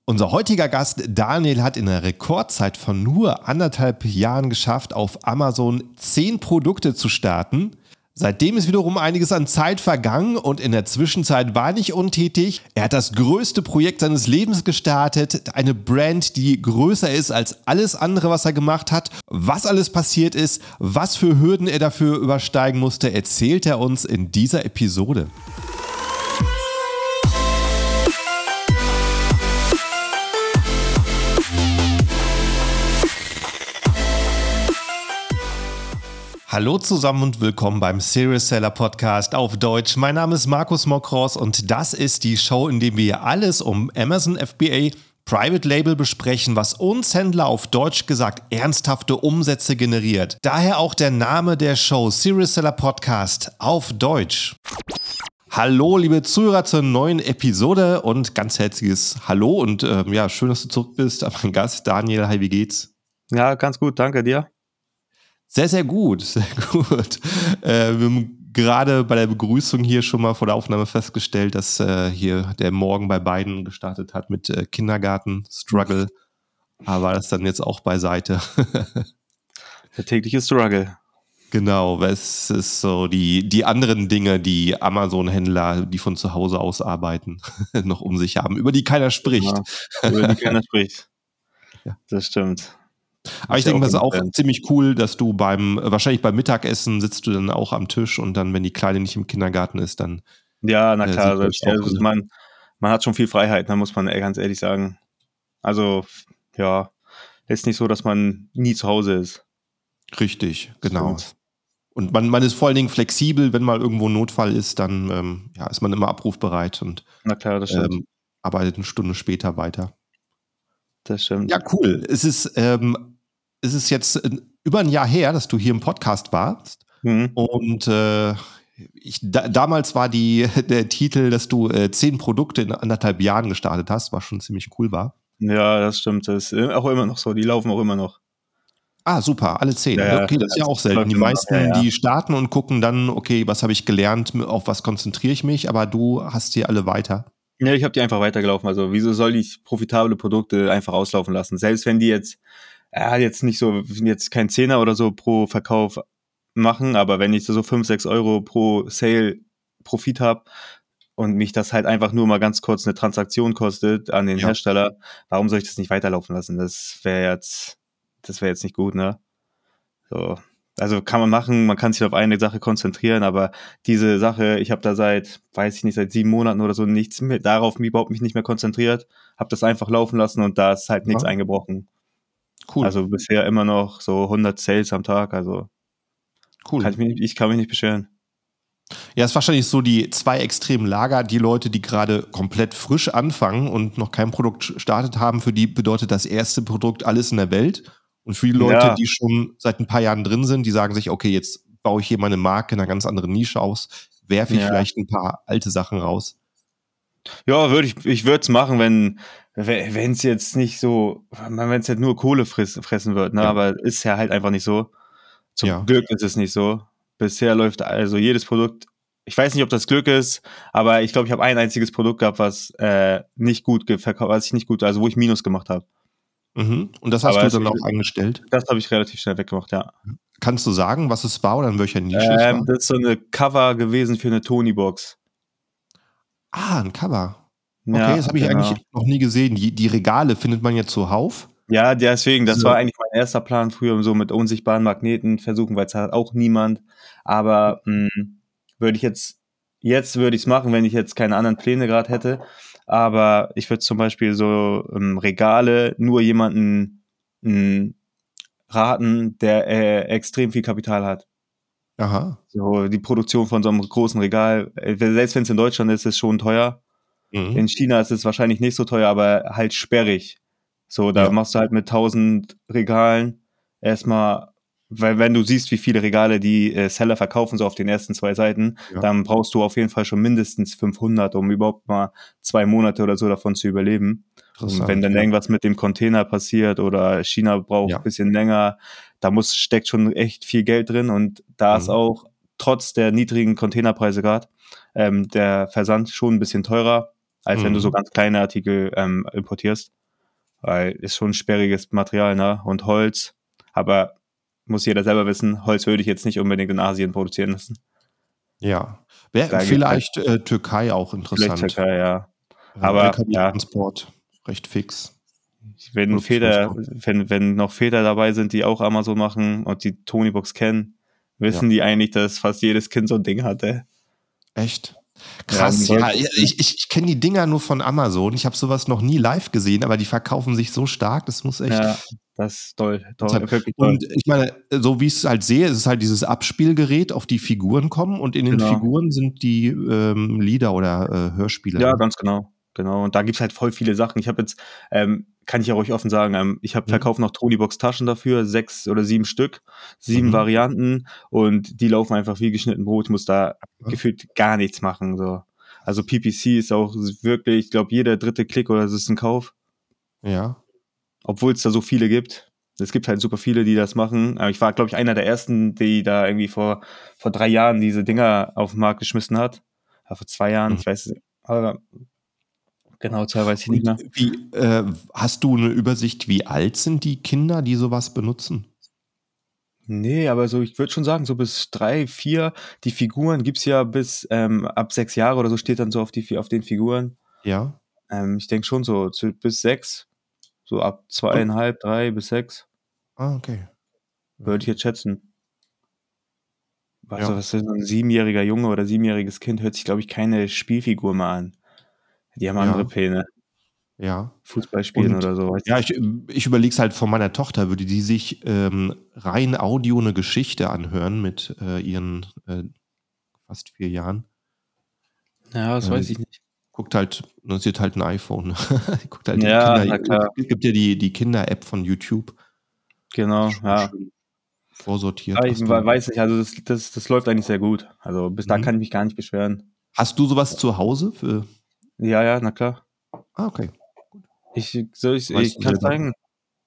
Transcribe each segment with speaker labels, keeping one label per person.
Speaker 1: Unser heutiger Gast Daniel hat in einer Rekordzeit von nur 1,5 Jahren geschafft, auf Amazon 10 Produkte zu starten. Seitdem ist wiederum einiges an Zeit vergangen und in der Zwischenzeit war er nicht untätig. Er hat das größte Projekt seines Lebens gestartet, eine Brand, die größer ist als alles andere, was er gemacht hat. Was alles passiert ist, was für Hürden er dafür übersteigen musste, erzählt er uns in dieser Episode. Hallo zusammen und willkommen beim Serious Seller Podcast auf Deutsch. Mein Name ist Markus Mokros und das ist die Show, in der wir alles um Amazon FBA Private Label besprechen, was uns Händler auf Deutsch gesagt ernsthafte Umsätze generiert. Daher auch der Name der Show Serious Seller Podcast auf Deutsch. Hallo liebe Zuhörer zur neuen Episode und ganz herzliches Hallo und schön, dass du zurück bist. Mein Gast Daniel, hi, wie geht's?
Speaker 2: Ja, ganz gut, danke dir.
Speaker 1: Sehr, sehr gut, sehr gut. Wir haben gerade bei der Begrüßung hier schon mal vor der Aufnahme festgestellt, dass hier der Morgen bei beiden gestartet hat mit Kindergarten-Struggle. Aber das dann jetzt auch beiseite.
Speaker 2: Der tägliche Struggle.
Speaker 1: Genau, es ist so die anderen Dinge, die Amazon-Händler, die von zu Hause aus arbeiten, noch um sich haben, über die keiner spricht.
Speaker 2: Ja, über die keiner spricht.
Speaker 1: Ja.
Speaker 2: Das stimmt.
Speaker 1: Aber ich denke, das ist auch ziemlich cool, dass du wahrscheinlich beim Mittagessen sitzt du dann auch am Tisch und dann, wenn die Kleine nicht im Kindergarten ist, dann...
Speaker 2: Ja, na klar, man hat schon viel Freiheit, muss man ganz ehrlich sagen. Also, ja, ist nicht so, dass man nie zu Hause ist.
Speaker 1: Richtig, genau.
Speaker 2: Stimmt.
Speaker 1: Und man ist vor allen Dingen flexibel, wenn mal irgendwo ein Notfall ist, dann ist man immer abrufbereit und
Speaker 2: na klar, das stimmt.
Speaker 1: Arbeitet eine Stunde später weiter.
Speaker 2: Das stimmt.
Speaker 1: Ja, cool. Es ist jetzt über ein Jahr her, dass du hier im Podcast warst.
Speaker 2: Mhm.
Speaker 1: Und damals war der Titel, dass du 10 Produkte in 1,5 Jahren gestartet hast, was schon ziemlich cool war.
Speaker 2: Ja, das stimmt. Das ist auch immer noch so. Die laufen auch immer noch.
Speaker 1: Ah, super, alle 10.
Speaker 2: Ja,
Speaker 1: okay, das ist ja auch selten. Die meisten, die starten und gucken dann, okay, was habe ich gelernt, auf was konzentriere ich mich, aber du hast die alle weiter.
Speaker 2: Ja, ich habe die einfach weitergelaufen. Also wieso soll ich profitable Produkte einfach auslaufen lassen? Selbst wenn die jetzt nicht so, jetzt kein Zehner oder so pro Verkauf machen, aber wenn ich so 5, 6 Euro pro Sale Profit habe und mich das halt einfach nur mal ganz kurz eine Transaktion kostet an den Hersteller, warum soll ich das nicht weiterlaufen lassen? Das wäre jetzt nicht gut, ne? So. Also kann man machen, man kann sich auf eine Sache konzentrieren, aber diese Sache, ich habe da seit 7 Monaten oder so nichts mehr, darauf überhaupt mich nicht mehr konzentriert, habe das einfach laufen lassen und da ist halt nichts eingebrochen.
Speaker 1: Cool.
Speaker 2: Also bisher immer noch so 100 Sales am Tag, also
Speaker 1: cool.
Speaker 2: Ich kann mich nicht beschweren.
Speaker 1: Ja, es ist wahrscheinlich so die 2 extremen Lager, die Leute, die gerade komplett frisch anfangen und noch kein Produkt gestartet haben, für die bedeutet das erste Produkt alles in der Welt. Und für die Leute, die schon seit ein paar Jahren drin sind, die sagen sich, okay, jetzt baue ich hier meine Marke in einer ganz anderen Nische aus, werfe ich vielleicht ein paar alte Sachen raus.
Speaker 2: Ja, ich würde es machen, wenn es jetzt nicht so, wenn es halt nur Kohle fressen wird, ne? Ja. Aber ist ja halt einfach nicht so. Zum Glück ist es nicht so. Bisher läuft also jedes Produkt, ich weiß nicht, ob das Glück ist, aber ich glaube, ich habe ein einziges Produkt gehabt, was nicht gut verkauft, also wo ich Minus gemacht habe.
Speaker 1: Mhm. Und das hast du dann auch eingestellt?
Speaker 2: Das habe ich relativ schnell weggemacht, ja.
Speaker 1: Kannst du sagen, was es war oder in welcher Nische es war?
Speaker 2: Das ist so eine Cover gewesen für eine Tony-Box.
Speaker 1: Ah, ein Cover. Okay,
Speaker 2: ja,
Speaker 1: das habe ich eigentlich noch nie gesehen. Die Regale findet man jetzt zuhauf?
Speaker 2: Ja, deswegen, das war eigentlich mein erster Plan früher, so mit unsichtbaren Magneten versuchen, weil es hat auch niemand. Aber würde ich jetzt würde ich es machen, wenn ich jetzt keine anderen Pläne gerade hätte. Aber ich würde zum Beispiel so Regale nur jemanden raten, der extrem viel Kapital hat.
Speaker 1: Aha.
Speaker 2: So die Produktion von so einem großen Regal, selbst wenn es in Deutschland ist, ist schon teuer. Mhm. In China ist es wahrscheinlich nicht so teuer, aber halt sperrig. So, da machst du halt mit 1000 Regalen erstmal, weil wenn du siehst, wie viele Regale die Seller verkaufen, so auf den ersten 2 Seiten, dann brauchst du auf jeden Fall schon mindestens 500, um überhaupt mal 2 Monate oder so davon zu überleben. Und wenn dann irgendwas mit dem Container passiert oder China braucht ein bisschen länger, da steckt schon echt viel Geld drin und da ist auch trotz der niedrigen Containerpreise gerade der Versand schon ein bisschen teurer, als wenn du so ganz kleine Artikel importierst. weil ist schon ein sperriges Material, ne? Und Holz, aber muss jeder selber wissen, Holz würde ich jetzt nicht unbedingt in Asien produzieren lassen.
Speaker 1: Ja. Wäre
Speaker 2: Da gibt's halt
Speaker 1: vielleicht, Türkei auch
Speaker 2: vielleicht
Speaker 1: interessant.
Speaker 2: Türkei, ja. Aber ja,
Speaker 1: LKW-Transport, recht fix.
Speaker 2: wenn Väter,
Speaker 1: Produktionsort.
Speaker 2: wenn noch Väter dabei sind, die auch Amazon machen und die Tonybox kennen,
Speaker 1: Ja.
Speaker 2: wissen die eigentlich, dass fast jedes Kind so ein Ding hatte.
Speaker 1: Echt?
Speaker 2: Ja, in
Speaker 1: Krass, ja.
Speaker 2: Deutschland.
Speaker 1: Ich kenne die Dinger nur von Amazon. Ich habe sowas noch nie live gesehen, aber die verkaufen sich so stark, das muss echt
Speaker 2: Ja, das ist toll, toll,
Speaker 1: sein.
Speaker 2: wirklich toll.
Speaker 1: Und ich meine, so wie ich's halt sehe, ist es halt dieses Abspielgerät, auf die Figuren kommen und in den
Speaker 2: Genau.
Speaker 1: Figuren sind die, Lieder oder, Hörspiele,
Speaker 2: Ja,
Speaker 1: ne?
Speaker 2: ganz genau. Genau. Und da gibt's halt voll viele Sachen. Ich habe jetzt, kann ich ja ruhig offen sagen, ich habe
Speaker 1: Mhm.
Speaker 2: verkaufe noch Tonybox-Taschen dafür, 6 oder 7 Stück, 7
Speaker 1: Mhm.
Speaker 2: Varianten und die laufen einfach wie geschnitten Brot. Ich muss da
Speaker 1: Ja.
Speaker 2: gefühlt gar nichts machen, so. Also PPC ist auch wirklich, ich glaube, jeder dritte Klick oder so ist ein Kauf,
Speaker 1: Ja.
Speaker 2: obwohl es da so viele gibt. Es gibt halt super viele, die das machen. Aber ich war, glaube ich, einer der ersten, die da irgendwie vor 3 Jahren diese Dinger auf den Markt geschmissen hat. Ja, vor 2 Jahren,
Speaker 1: Mhm.
Speaker 2: ich weiß nicht. Aber genau, Zahl weiß ich nicht
Speaker 1: Und
Speaker 2: mehr.
Speaker 1: wie, hast du 'ne Übersicht, wie alt sind die Kinder, die so was benutzen?
Speaker 2: Ne, aber so, ich würde schon sagen, so bis 3, 4. Die Figuren gibt's ja bis, ab 6 Jahre oder so steht dann so auf den Figuren.
Speaker 1: Ja?
Speaker 2: Ich denke schon so bis 6, so ab
Speaker 1: Und
Speaker 2: 2,5, 3 bis 6
Speaker 1: okay.
Speaker 2: würde ich
Speaker 1: Ja.
Speaker 2: jetzt schätzen. Also,
Speaker 1: Ja.
Speaker 2: was ist so 'n 7-jähriger Junge oder 7-jähriges Kind hört sich, glaube ich, keine Spielfigur mehr an. Die haben andere
Speaker 1: Ja.
Speaker 2: Pläne.
Speaker 1: Ja.
Speaker 2: Fußball spielen
Speaker 1: Und
Speaker 2: oder so, weißt
Speaker 1: ja,
Speaker 2: du?
Speaker 1: ich überlege es halt von meiner Tochter, würde die sich, rein Audio 'ne Geschichte anhören mit, ihren, fast 4 Jahren.
Speaker 2: Ja, das
Speaker 1: Äh,
Speaker 2: weiß ich nicht.
Speaker 1: guckt halt ne, sie hat halt 'n iPhone. Die guckt halt die
Speaker 2: Ja,
Speaker 1: Kinder
Speaker 2: na klar,
Speaker 1: es gibt ja die Kinder-App von YouTube. Die
Speaker 2: genau,
Speaker 1: ist schon
Speaker 2: ja.
Speaker 1: schön vorsortiert,
Speaker 2: Aber ich
Speaker 1: was du
Speaker 2: weiß nicht, also das läuft eigentlich sehr gut. Also, bis da
Speaker 1: mhm.
Speaker 2: kann ich mich gar nicht beschweren.
Speaker 1: Hast du so was zu Hause für
Speaker 2: Ja, ja, na klar.
Speaker 1: okay, gut. Weißt
Speaker 2: Ich
Speaker 1: du
Speaker 2: kann
Speaker 1: selber.
Speaker 2: zeigen.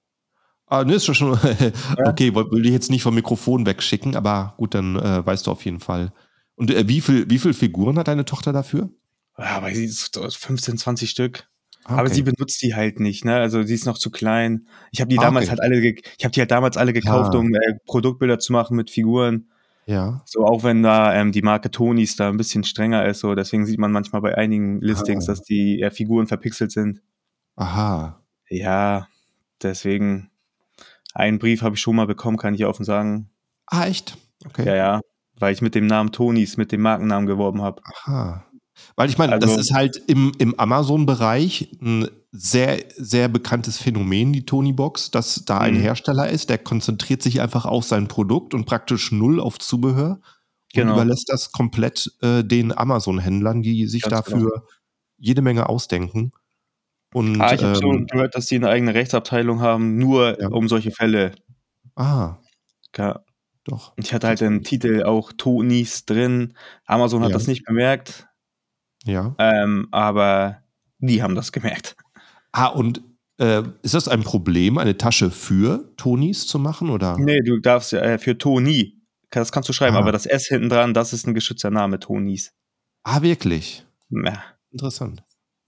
Speaker 1: Ne, ist schon
Speaker 2: Ja.
Speaker 1: okay, will dich jetzt nicht vom Mikrofon wegschicken, aber gut, dann, weißt du auf jeden Fall. Und, wie viel Figuren hat deine Tochter dafür?
Speaker 2: Ja, weiß ich, so 15, 20 Stück.
Speaker 1: Ah,
Speaker 2: Aber sie
Speaker 1: okay.
Speaker 2: benutzt die halt nicht, ne? Also, sie ist noch zu klein.
Speaker 1: Ah, okay.
Speaker 2: Ich habe die halt damals alle gekauft,
Speaker 1: Ah,
Speaker 2: um, Produktbilder zu machen mit Figuren.
Speaker 1: ja.
Speaker 2: So, auch wenn da, die Marke Tonys da 'n bisschen strenger ist, so. Deswegen sieht man manchmal bei einigen Listings,
Speaker 1: Ah,
Speaker 2: dass die, Figuren verpixelt sind.
Speaker 1: aha.
Speaker 2: Ja, deswegen einen Brief habe ich schon mal bekommen, kann ich offen sagen.
Speaker 1: Ah, echt? Okay.
Speaker 2: Ja, ja, weil ich mit dem Namen Tonys, mit dem Markennamen geworben habe.
Speaker 1: Aha. Weil ich meine, das
Speaker 2: Also,
Speaker 1: ist halt im Amazon-Bereich 'n sehr, sehr bekanntes Phänomen, die Tonybox, dass da ein
Speaker 2: mhm,
Speaker 1: Hersteller ist, der konzentriert sich einfach auf sein Produkt und praktisch null auf Zubehör und
Speaker 2: genau,
Speaker 1: überlässt das komplett, den Amazon-Händlern, die sich
Speaker 2: ganz genau.
Speaker 1: dafür jede Menge ausdenken. Und,
Speaker 2: Ich habe so gehört, dass die 'ne eigene Rechtsabteilung haben, nur
Speaker 1: ja.
Speaker 2: um solche Fälle.
Speaker 1: Ah,
Speaker 2: Ja,
Speaker 1: doch,
Speaker 2: ich hatte halt im
Speaker 1: interessant.
Speaker 2: Titel auch Tonys drin. Amazon hat
Speaker 1: Ja,
Speaker 2: das nicht bemerkt,
Speaker 1: ja.
Speaker 2: aber die haben das gemerkt.
Speaker 1: Ah, und, ist das ein Problem, eine Tasche für Tonys zu machen, oder?
Speaker 2: Ne, du darfst, für Tony, das kannst du schreiben,
Speaker 1: Ah.
Speaker 2: aber das S hinten dran, das ist 'n geschützter Name, Tonys.
Speaker 1: Ah, wirklich?
Speaker 2: Ja,
Speaker 1: Interessant.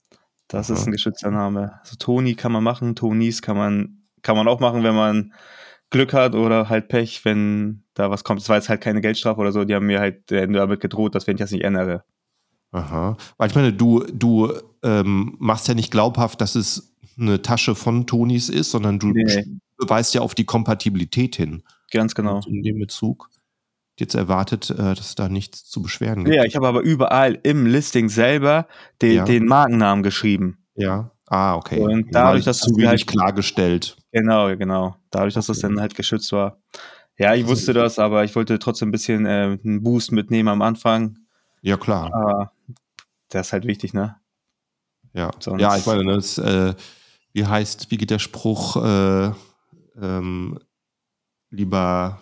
Speaker 2: das ist 'n
Speaker 1: Aha.
Speaker 2: geschützter Name. Also, Tony kann man machen, Tonys kann man auch machen, wenn man Glück hat oder halt Pech, wenn da was kommt. Es war jetzt halt keine Geldstrafe oder so, die haben mir halt, nur damit gedroht, dass wenn ich das nicht ändere.
Speaker 1: Aha. Weil ich meine, du, machst ja nicht glaubhaft, dass es 'ne Tasche von Tonys ist, sondern du
Speaker 2: Ne, ne,
Speaker 1: weist ja auf die Kompatibilität hin.
Speaker 2: ganz
Speaker 1: Und
Speaker 2: genau.
Speaker 1: in dem Bezug jetzt erwartet, dass es da nichts zu beschweren
Speaker 2: Ja,
Speaker 1: gibt.
Speaker 2: ich habe aber überall im Listing selber
Speaker 1: Ja,
Speaker 2: den Markennamen geschrieben.
Speaker 1: ja. Ah, okay.
Speaker 2: Und
Speaker 1: War
Speaker 2: dadurch, dass das
Speaker 1: zu
Speaker 2: halt
Speaker 1: wenig klargestellt.
Speaker 2: genau, genau. Dadurch, dass das
Speaker 1: Okay,
Speaker 2: dann halt geschützt war. Ja, ich wusste
Speaker 1: interessant.
Speaker 2: das, aber ich wollte trotzdem 'n bisschen, 'n Boost mitnehmen am Anfang.
Speaker 1: Ja, klar.
Speaker 2: Aber der ist halt wichtig, ne?
Speaker 1: Ja. Ja, ich
Speaker 2: Sonst
Speaker 1: meine, ne, wie geht der Spruch, ähm, lieber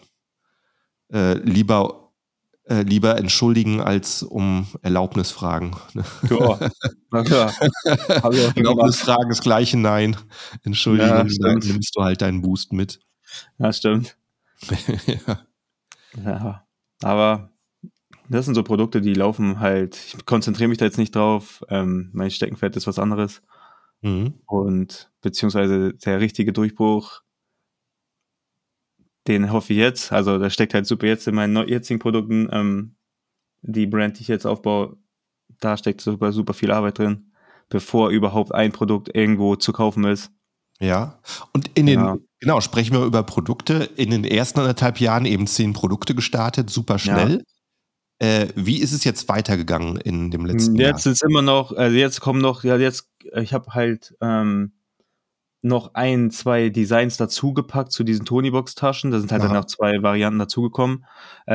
Speaker 1: lieber lieber entschuldigen als um Erlaubnis fragen, ne?
Speaker 2: ja, na klar, habe ich auch schon
Speaker 1: Erlaubnis
Speaker 2: gemacht.
Speaker 1: fragen ist gleich 'n Nein.
Speaker 2: Ja,
Speaker 1: Entschuldigung, da
Speaker 2: stimmt.
Speaker 1: nimmst du halt deinen Boost mit.
Speaker 2: Ja, stimmt.
Speaker 1: Ja.
Speaker 2: Ja, aber das sind so Produkte, die laufen halt, ich konzentriere mich da jetzt nicht drauf. Mein Steckenpferd ist was anderes.
Speaker 1: Mhm.
Speaker 2: Und beziehungsweise der richtige Durchbruch, den hoffe ich jetzt. Also der steckt halt super jetzt in meinen jetzigen Produkten. Die Brand, die ich jetzt aufbaue, da steckt super, super viel Arbeit drin, bevor überhaupt ein Produkt irgendwo zu kaufen ist.
Speaker 1: Ja. Und
Speaker 2: Ja,
Speaker 1: genau, sprechen wir über Produkte. In den ersten 1,5 Jahren eben 10 Produkte gestartet, super
Speaker 2: ja.
Speaker 1: schnell. Wie ist es jetzt weitergegangen in dem letzten Jahr?
Speaker 2: Jetzt ist immer noch, also jetzt kommen noch, ja, jetzt, ich habe halt noch ein, zwei Designs dazugepackt zu diesen Tonybox-Taschen. Da sind halt dann
Speaker 1: Aha.
Speaker 2: noch 2 Varianten dazugekommen.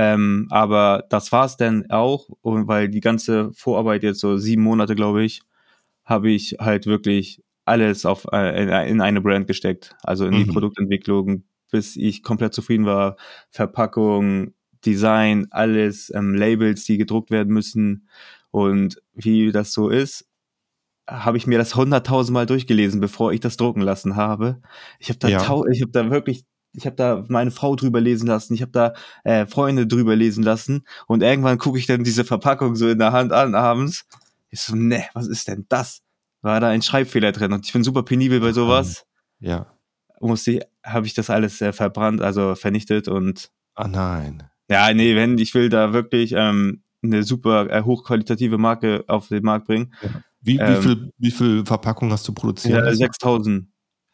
Speaker 2: Aber das war's dann auch. Und weil die ganze Vorarbeit jetzt so 7 Monate, glaube ich, habe ich halt wirklich alles in eine Brand gesteckt. Also in die
Speaker 1: Mhm.
Speaker 2: Produktentwicklung, bis ich komplett zufrieden war. Verpackung, Design, alles, Labels, die gedruckt werden müssen. Und wie das so ist, habe ich mir das 100.000 Mal durchgelesen, bevor ich das drucken lassen habe.
Speaker 1: Ja.
Speaker 2: Ich habe da meine Frau drüber lesen lassen, ich habe da Freunde drüber lesen lassen und irgendwann gucke ich dann diese Verpackung so in der Hand an abends. Ich so, ne, was ist denn das? War da ein Schreibfehler drin und ich bin super penibel bei
Speaker 1: Aha.
Speaker 2: sowas.
Speaker 1: Ja.
Speaker 2: Habe ich das alles verbrannt, also vernichtet und
Speaker 1: Ah, nein.
Speaker 2: ja, nee, wenn ich will da wirklich eine super hochqualitative Marke auf den Markt bringen.
Speaker 1: Ja. Wie
Speaker 2: Ähm,
Speaker 1: viel Verpackung hast du produzieren
Speaker 2: ja,
Speaker 1: lassen?
Speaker 2: 6.000.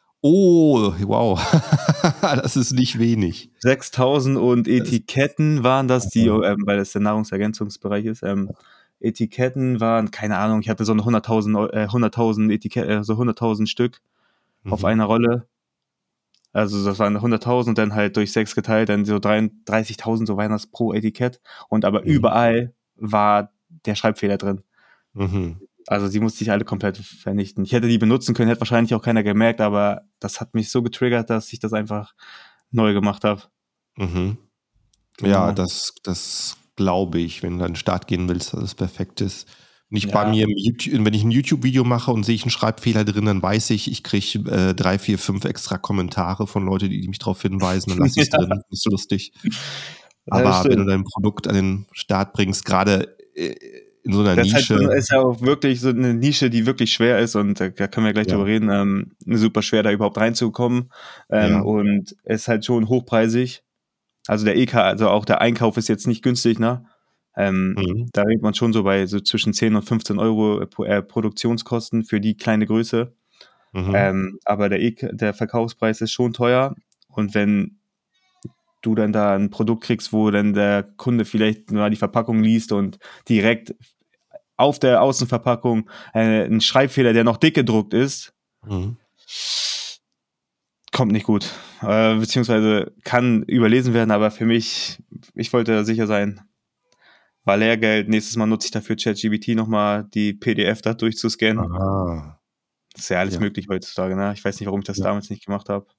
Speaker 1: Oh, wow. Das ist nicht wenig.
Speaker 2: 6.000 und
Speaker 1: Das
Speaker 2: Etiketten waren das, die,
Speaker 1: aha.
Speaker 2: weil das der Nahrungsergänzungsbereich ist, Etiketten waren, keine Ahnung, ich hatte so 'ne 100.000 so 100.000 Stück auf
Speaker 1: Mhm.
Speaker 2: einer Rolle. Also, das waren 100.000 und dann halt durch 6 geteilt, dann so 33.000, so waren das pro Etikett. Und aber
Speaker 1: Mhm.
Speaker 2: überall war der Schreibfehler drin.
Speaker 1: Mhm.
Speaker 2: Also, die musste ich alle komplett vernichten. Ich hätte die benutzen können, hätte wahrscheinlich auch keiner gemerkt, aber das hat mich so getriggert, dass ich das einfach neu gemacht habe.
Speaker 1: Mhm. Ja,
Speaker 2: Genau.
Speaker 1: das glaube ich, wenn du an den Start gehen willst, dass es perfekt ist. Nicht bei
Speaker 2: Ja.
Speaker 1: mir wenn ich 'n YouTube-Video mache und sehe ich 'n Schreibfehler drin, dann weiß ich, ich kriege 3, 4, 5 extra Kommentare von Leute, die mich drauf hinweisen, dann lasse ich's drin. Ist lustig.
Speaker 2: Ja, das
Speaker 1: Aber wenn du
Speaker 2: stimmt.
Speaker 1: dein Produkt an den Start bringst, grade in so 'ner
Speaker 2: Das ist halt so
Speaker 1: Nische,
Speaker 2: 'ne ist ja auch wirklich so 'ne Nische, die wirklich schwer ist und da können wir gleich
Speaker 1: ja,
Speaker 2: drüber reden, super schwer, da überhaupt reinzukommen,
Speaker 1: ja,
Speaker 2: und ist halt schon hochpreisig. Also, also auch der Einkauf ist jetzt nicht günstig, ne?
Speaker 1: mhm,
Speaker 2: Da redet man schon so bei so zwischen 10 und 15 € Produktionskosten für die kleine Größe.
Speaker 1: mhm,
Speaker 2: Aber der Verkaufspreis ist schon teuer und wenn du dann da 'n Produkt kriegst, wo dann der Kunde vielleicht mal die Verpackung liest und direkt auf der Außenverpackung 'n Schreibfehler, der noch dick gedruckt ist,
Speaker 1: mhm.
Speaker 2: kommt nicht gut. Beziehungsweise kann überlesen werden, aber für mich, ich wollte sicher sein, war Lehrgeld. Nächstes Mal nutze ich dafür ChatGPT noch mal die PDF da durchzuscannen.
Speaker 1: Ah,
Speaker 2: Ist ja alles
Speaker 1: ja,
Speaker 2: möglich heutzutage, ne? Ich weiß nicht, warum ich das
Speaker 1: ja.
Speaker 2: damals nicht gemacht habe.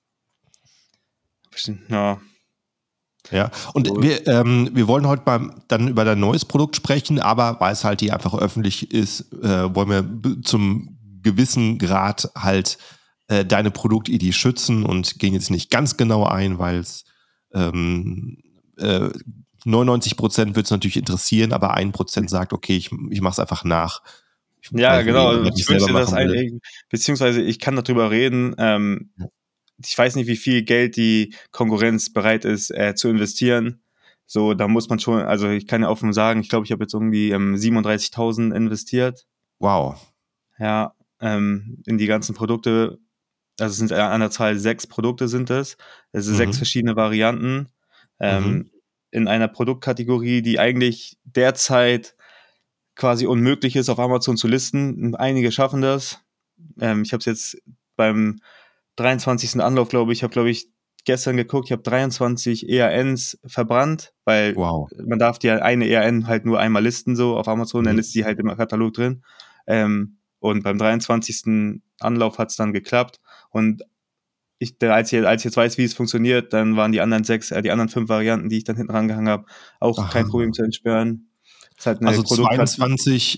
Speaker 2: Bestimmt, ja,
Speaker 1: Ja, und
Speaker 2: so.
Speaker 1: wir wollen heute dann über dein neues Produkt sprechen, aber weil es halt hier einfach öffentlich ist, wollen wir zum gewissen Grad halt deine Produktidee schützen und gehen jetzt nicht ganz genau ein, weil es ähm, äh, 99% wird es natürlich interessieren, aber 1% sagt, okay, ich mache es einfach nach, weil
Speaker 2: Ja,
Speaker 1: ich mir die
Speaker 2: genau.
Speaker 1: Arbeit nicht
Speaker 2: Ich
Speaker 1: selber
Speaker 2: wünschte, dass
Speaker 1: machen will.
Speaker 2: beziehungsweise ich kann darüber reden. Ich weiß nicht, wie viel Geld die Konkurrenz bereit ist, zu investieren. So, da muss man schon, also ich kann ja offen sagen, ich glaube, ich habe jetzt irgendwie 37.000 investiert.
Speaker 1: Wow.
Speaker 2: Ja, in die ganzen Produkte. Also es sind an der Zahl 6 Produkte sind es. Es sind 6
Speaker 1: Mhm.
Speaker 2: verschiedene Varianten.
Speaker 1: Mhm.
Speaker 2: Ähm, in einer Produktkategorie, die eigentlich derzeit quasi unmöglich ist, auf Amazon zu listen. Einige schaffen das. Ich habe es jetzt beim 23. Anlauf, glaube ich, gestern geguckt, ich habe 23 ERNs verbrannt, weil
Speaker 1: Wow.
Speaker 2: man darf die eine ERN halt nur einmal listen, so auf Amazon, dann
Speaker 1: Mhm.
Speaker 2: ist die halt im Katalog drin. Und beim 23. Anlauf hat es dann geklappt. Und als ich jetzt weiß, wie es funktioniert, dann waren die anderen 5 Varianten, die ich dann hinten rangehangen habe, auch kein Problem
Speaker 1: Aha.
Speaker 2: zu entsperren. Das ist halt eine
Speaker 1: Also
Speaker 2: Produktkategorie.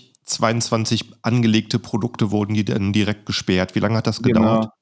Speaker 1: 22 angelegte Produkte wurden die dann direkt gesperrt. Wie lange hat das gedauert?
Speaker 2: Genau.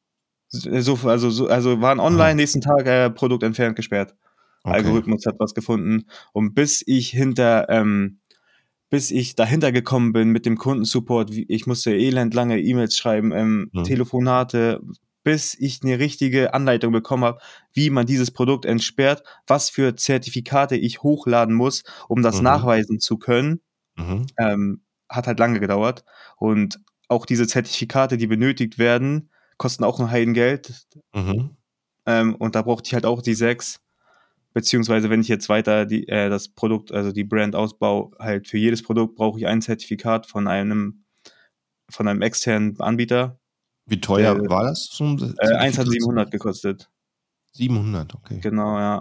Speaker 2: Also waren
Speaker 1: Aha,
Speaker 2: online, nächsten Tag, Produkt entfernt, gesperrt.
Speaker 1: okay.
Speaker 2: Algorithmus hat was gefunden. Und bis ich hinter, bis ich dahinter gekommen bin mit dem Kundensupport. Ich musste elendlange E-Mails schreiben,
Speaker 1: Mhm.
Speaker 2: Telefonate, bis ich eine richtige Anleitung bekommen habe, wie man dieses Produkt entsperrt, was für Zertifikate ich hochladen muss, um das
Speaker 1: Mhm.
Speaker 2: nachweisen zu können.
Speaker 1: Mhm.
Speaker 2: Hat halt lange gedauert. Und auch diese Zertifikate, die benötigt werden, kosten auch ein Heidengeld.
Speaker 1: Mhm.
Speaker 2: Und da brauchte ich halt auch die 6. Beziehungsweise, wenn ich jetzt weiter das Produkt, also die Brand ausbaue, halt für jedes Produkt brauche ich ein Zertifikat von einem externen Anbieter.
Speaker 1: Wie
Speaker 2: Der,
Speaker 1: teuer war das, so 'n
Speaker 2: eins hat
Speaker 1: Zertifikat zu
Speaker 2: 700
Speaker 1: machen?
Speaker 2: gekostet.
Speaker 1: 700, okay.
Speaker 2: Genau, ja.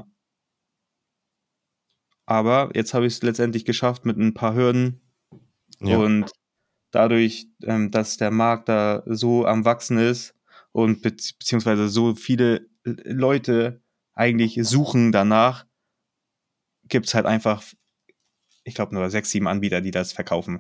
Speaker 2: Aber jetzt habe ich es letztendlich geschafft mit ein paar Hürden
Speaker 1: Ja.
Speaker 2: und dadurch, dass der Markt da so am Wachsen ist und beziehungsweise so viele Leute eigentlich suchen danach, gibt's halt einfach, ich glaube, nur 6, 7 Anbieter, die das verkaufen.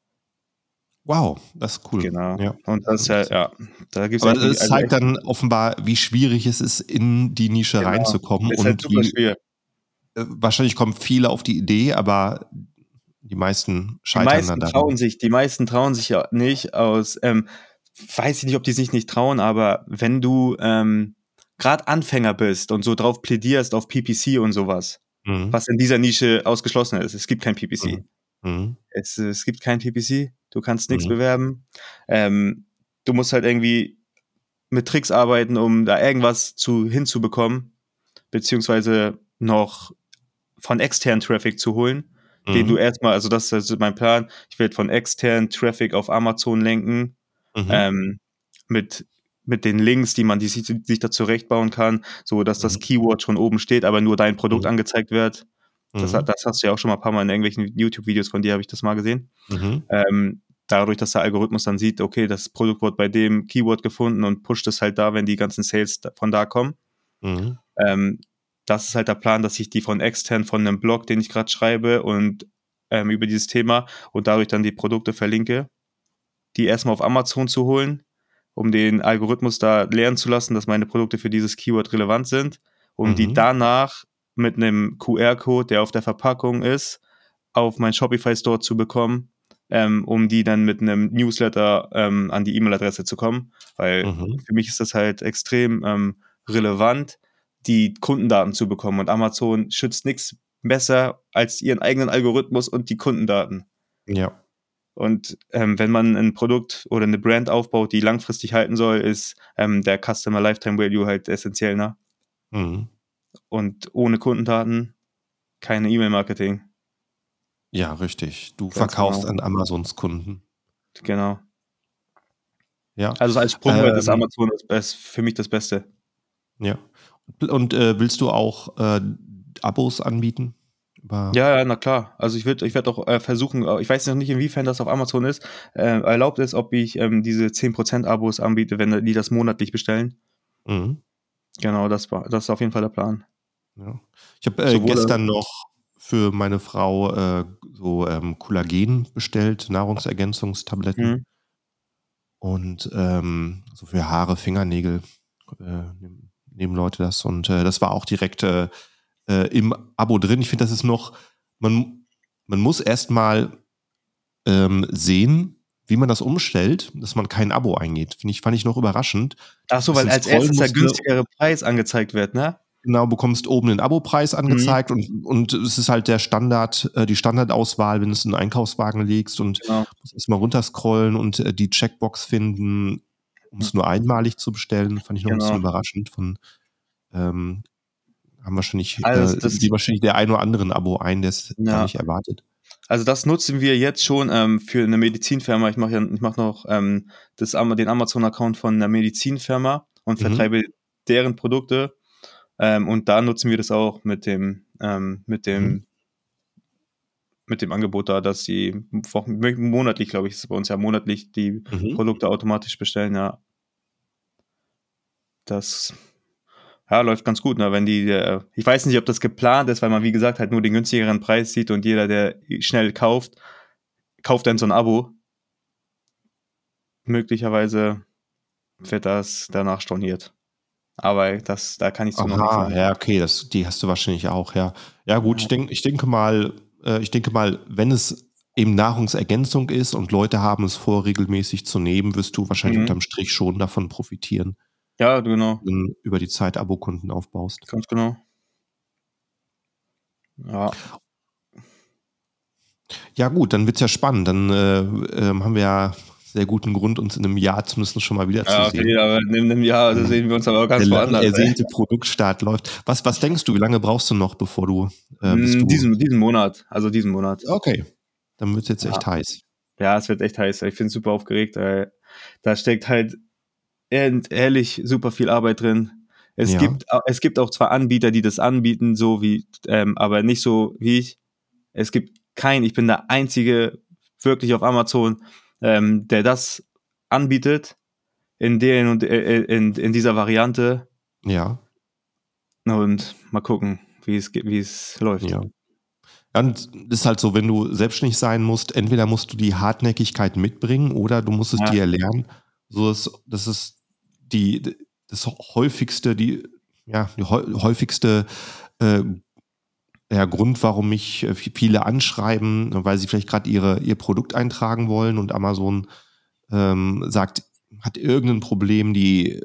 Speaker 1: Wow, das ist cool.
Speaker 2: Genau.
Speaker 1: Ja,
Speaker 2: Und
Speaker 1: das ist
Speaker 2: das
Speaker 1: interessant.
Speaker 2: ja, da gibt's
Speaker 1: Aber
Speaker 2: echt 'n
Speaker 1: es
Speaker 2: also
Speaker 1: zeigt
Speaker 2: echt
Speaker 1: dann offenbar, wie schwierig es ist, in die Nische
Speaker 2: genau.
Speaker 1: reinzukommen
Speaker 2: Ist halt
Speaker 1: und
Speaker 2: super
Speaker 1: wie
Speaker 2: schwer.
Speaker 1: wahrscheinlich kommen viele auf die Idee, aber die meisten scheitern dann daran.
Speaker 2: Die meisten trauen sich ja nicht aus, weiß ich nicht, ob die sich nicht trauen, aber wenn du, grad Anfänger bist und so drauf plädierst auf PPC und so was
Speaker 1: Mhm.
Speaker 2: in dieser Nische ausgeschlossen ist. Es gibt kein PPC.
Speaker 1: Mhm. Mhm.
Speaker 2: Es gibt kein PPC, du kannst nix
Speaker 1: Mhm.
Speaker 2: bewerben. Ähm, Du musst halt irgendwie mit Tricks arbeiten, um da irgendwas hinzubekommen, beziehungsweise noch von externen Traffic zu holen, den du
Speaker 1: Mhm.
Speaker 2: erstmal, also das ist also mein Plan. Ich werde von externen Traffic auf Amazon lenken,
Speaker 1: Mhm.
Speaker 2: ähm, mit, mit den Links, die sich da zurechtbauen kann, so dass das
Speaker 1: Mhm.
Speaker 2: Keyword schon oben steht, aber nur dein Produkt
Speaker 1: Mhm.
Speaker 2: angezeigt wird.
Speaker 1: Mhm.
Speaker 2: Das hast du ja auch schon mal ein paar Mal in irgendwelchen YouTube-Videos von dir, habe ich das mal gesehen.
Speaker 1: Mhm.
Speaker 2: Dadurch, dass der Algorithmus dann sieht, okay, das Produkt wird bei dem Keyword gefunden und pusht es halt da, wenn die ganzen Sales von da kommen.
Speaker 1: Mhm.
Speaker 2: Ähm, Das ist halt der Plan, dass ich die von extern von einem Blog, den ich gerade schreibe und über dieses Thema und dadurch dann die Produkte verlinke, die erstmal auf Amazon zu holen, um den Algorithmus da lernen zu lassen, dass meine Produkte für dieses Keyword relevant sind, um die
Speaker 1: Mhm.
Speaker 2: danach mit einem QR-Code, der auf der Verpackung ist, auf meinen Shopify Store zu bekommen, um die dann mit einem Newsletter an die E-Mail-Adresse zu kommen, weil
Speaker 1: Mhm.
Speaker 2: für mich ist das halt extrem relevant, die Kundendaten zu bekommen und Amazon schützt nichts besser als ihren eigenen Algorithmus und die Kundendaten.
Speaker 1: Ja.
Speaker 2: Und wenn man ein Produkt oder eine Brand aufbaut, die langfristig halten soll, ist der Customer Lifetime Value halt essentiell, ne?
Speaker 1: Mhm.
Speaker 2: Und ohne Kundendaten keine E-Mail-Marketing.
Speaker 1: Ja, richtig. Du
Speaker 2: Ganz
Speaker 1: verkaufst
Speaker 2: genau.
Speaker 1: an Amazons Kunden.
Speaker 2: Genau.
Speaker 1: Ja.
Speaker 2: Also als Sprungbrett ist
Speaker 1: Ähm,
Speaker 2: Amazon ist für mich das Beste.
Speaker 1: ja. Und, willst du auch, Abos anbieten? Über
Speaker 2: Ja, ja, na klar. Also ich werde auch versuchen, ich weiß noch nicht, inwiefern das auf Amazon ist, erlaubt ist, ob ich diese 10% Abos anbiete, wenn die das monatlich bestellen.
Speaker 1: Mhm.
Speaker 2: Genau, das ist auf jeden Fall der Plan.
Speaker 1: Ja. Ich habe,
Speaker 2: Sowohl
Speaker 1: gestern noch für meine Frau, so, Kollagen bestellt, Nahrungsergänzungstabletten
Speaker 2: mhm,
Speaker 1: und, so für Haare, Fingernägel, nehmen Leute das und, das war auch direkt, im Abo drin. Ich finde, das ist noch man man muss erst mal, sehen, wie man das umstellt, dass man kein Abo eingeht. Fand ich noch überraschend,
Speaker 2: ach
Speaker 1: dass ich
Speaker 2: so,
Speaker 1: ein
Speaker 2: weil
Speaker 1: bisschen
Speaker 2: als
Speaker 1: scrollen
Speaker 2: erstes der
Speaker 1: musste.
Speaker 2: günstigere Preis angezeigt wird, ne?
Speaker 1: Genau, bekommst oben den Abopreis
Speaker 2: Mhm,
Speaker 1: angezeigt und es ist halt der Standard die Standardauswahl, wenn du's in 'n Einkaufswagen legst und
Speaker 2: genau.
Speaker 1: musst erst mal runterscrollen und, die Checkbox finden,
Speaker 2: Hm,
Speaker 1: um's nur einmalig zu bestellen. Fand ich noch 'n bisschen
Speaker 2: genau.
Speaker 1: überraschend ähm, haben
Speaker 2: Also
Speaker 1: geht wahrscheinlich der ein oder andere 'n Abo ein, der's gar
Speaker 2: ja.
Speaker 1: nicht erwartet.
Speaker 2: Also, das nutzen wir jetzt schon, für 'ne Medizinfirma. Ich mache noch, den Amazon-Account von 'ner Medizinfirma und
Speaker 1: Mhm,
Speaker 2: vertreibe deren Produkte. Und da nutzen wir das auch
Speaker 1: mhm,
Speaker 2: mit dem Angebot da, dass sie monatlich, glaube ich, ist es bei uns ja monatlich die
Speaker 1: mhm.
Speaker 2: Produkte automatisch bestellen, ja. Das, ja, läuft ganz gut, ne? Wenn die ich weiß nicht, ob das geplant ist, weil man, wie gesagt, halt nur den günstigeren Preis sieht und jeder, der schnell kauft, kauft dann so 'n Abo. Möglicherweise wird das danach storniert. Aber da kann ich so noch nix
Speaker 1: Aha,
Speaker 2: sagen.
Speaker 1: ja, okay, die hast du wahrscheinlich auch, ja. Ja gut,
Speaker 2: Ja.
Speaker 1: ich denke mal, wenn es eben Nahrungsergänzung ist und Leute haben es vor, regelmäßig zu nehmen, wirst du wahrscheinlich
Speaker 2: Mhm.
Speaker 1: unterm Strich schon davon profitieren,
Speaker 2: Ja, genau.
Speaker 1: wenn du über die Zeit Abokunden aufbaust.
Speaker 2: Ganz genau. Ja.
Speaker 1: Ja gut, dann wird's ja spannend. Dann haben wir ja sehr guten Grund, uns in einem Jahr zumindest schon mal
Speaker 2: Ja, okay,
Speaker 1: wiederzusehen.
Speaker 2: aber in 'nem Jahr, da sehen wir uns aber
Speaker 1: Der
Speaker 2: ganz
Speaker 1: lang
Speaker 2: woanders, ey.
Speaker 1: ersehnte Produktstart läuft. Was denkst du, wie lange brauchst du noch, bevor du bis du
Speaker 2: Diesen Monat, also diesen Monat.
Speaker 1: okay, dann wird's jetzt
Speaker 2: Ja.
Speaker 1: echt heiß.
Speaker 2: Ja, es wird echt heiß. Ich bin super aufgeregt, da steckt halt ehrlich super viel Arbeit drin.
Speaker 1: Ja,
Speaker 2: Es gibt auch zwar Anbieter, die das anbieten, so wie, aber nicht so wie ich. Ich bin der Einzige wirklich auf Amazon, der das anbietet in dieser Variante
Speaker 1: ja,
Speaker 2: und mal gucken, wie es läuft.
Speaker 1: ja. Ja, und ist halt so, wenn du selbstständig sein musst, entweder musst du die Hartnäckigkeit mitbringen oder du musst es
Speaker 2: Ja,
Speaker 1: dir erlernen. So ist das ist die das häufigste die ja, die häufigste, äh, ja, Grund, warum mich, viele anschreiben, weil sie vielleicht gerade ihr Produkt eintragen wollen und Amazon, sagt hat irgendein Problem, die,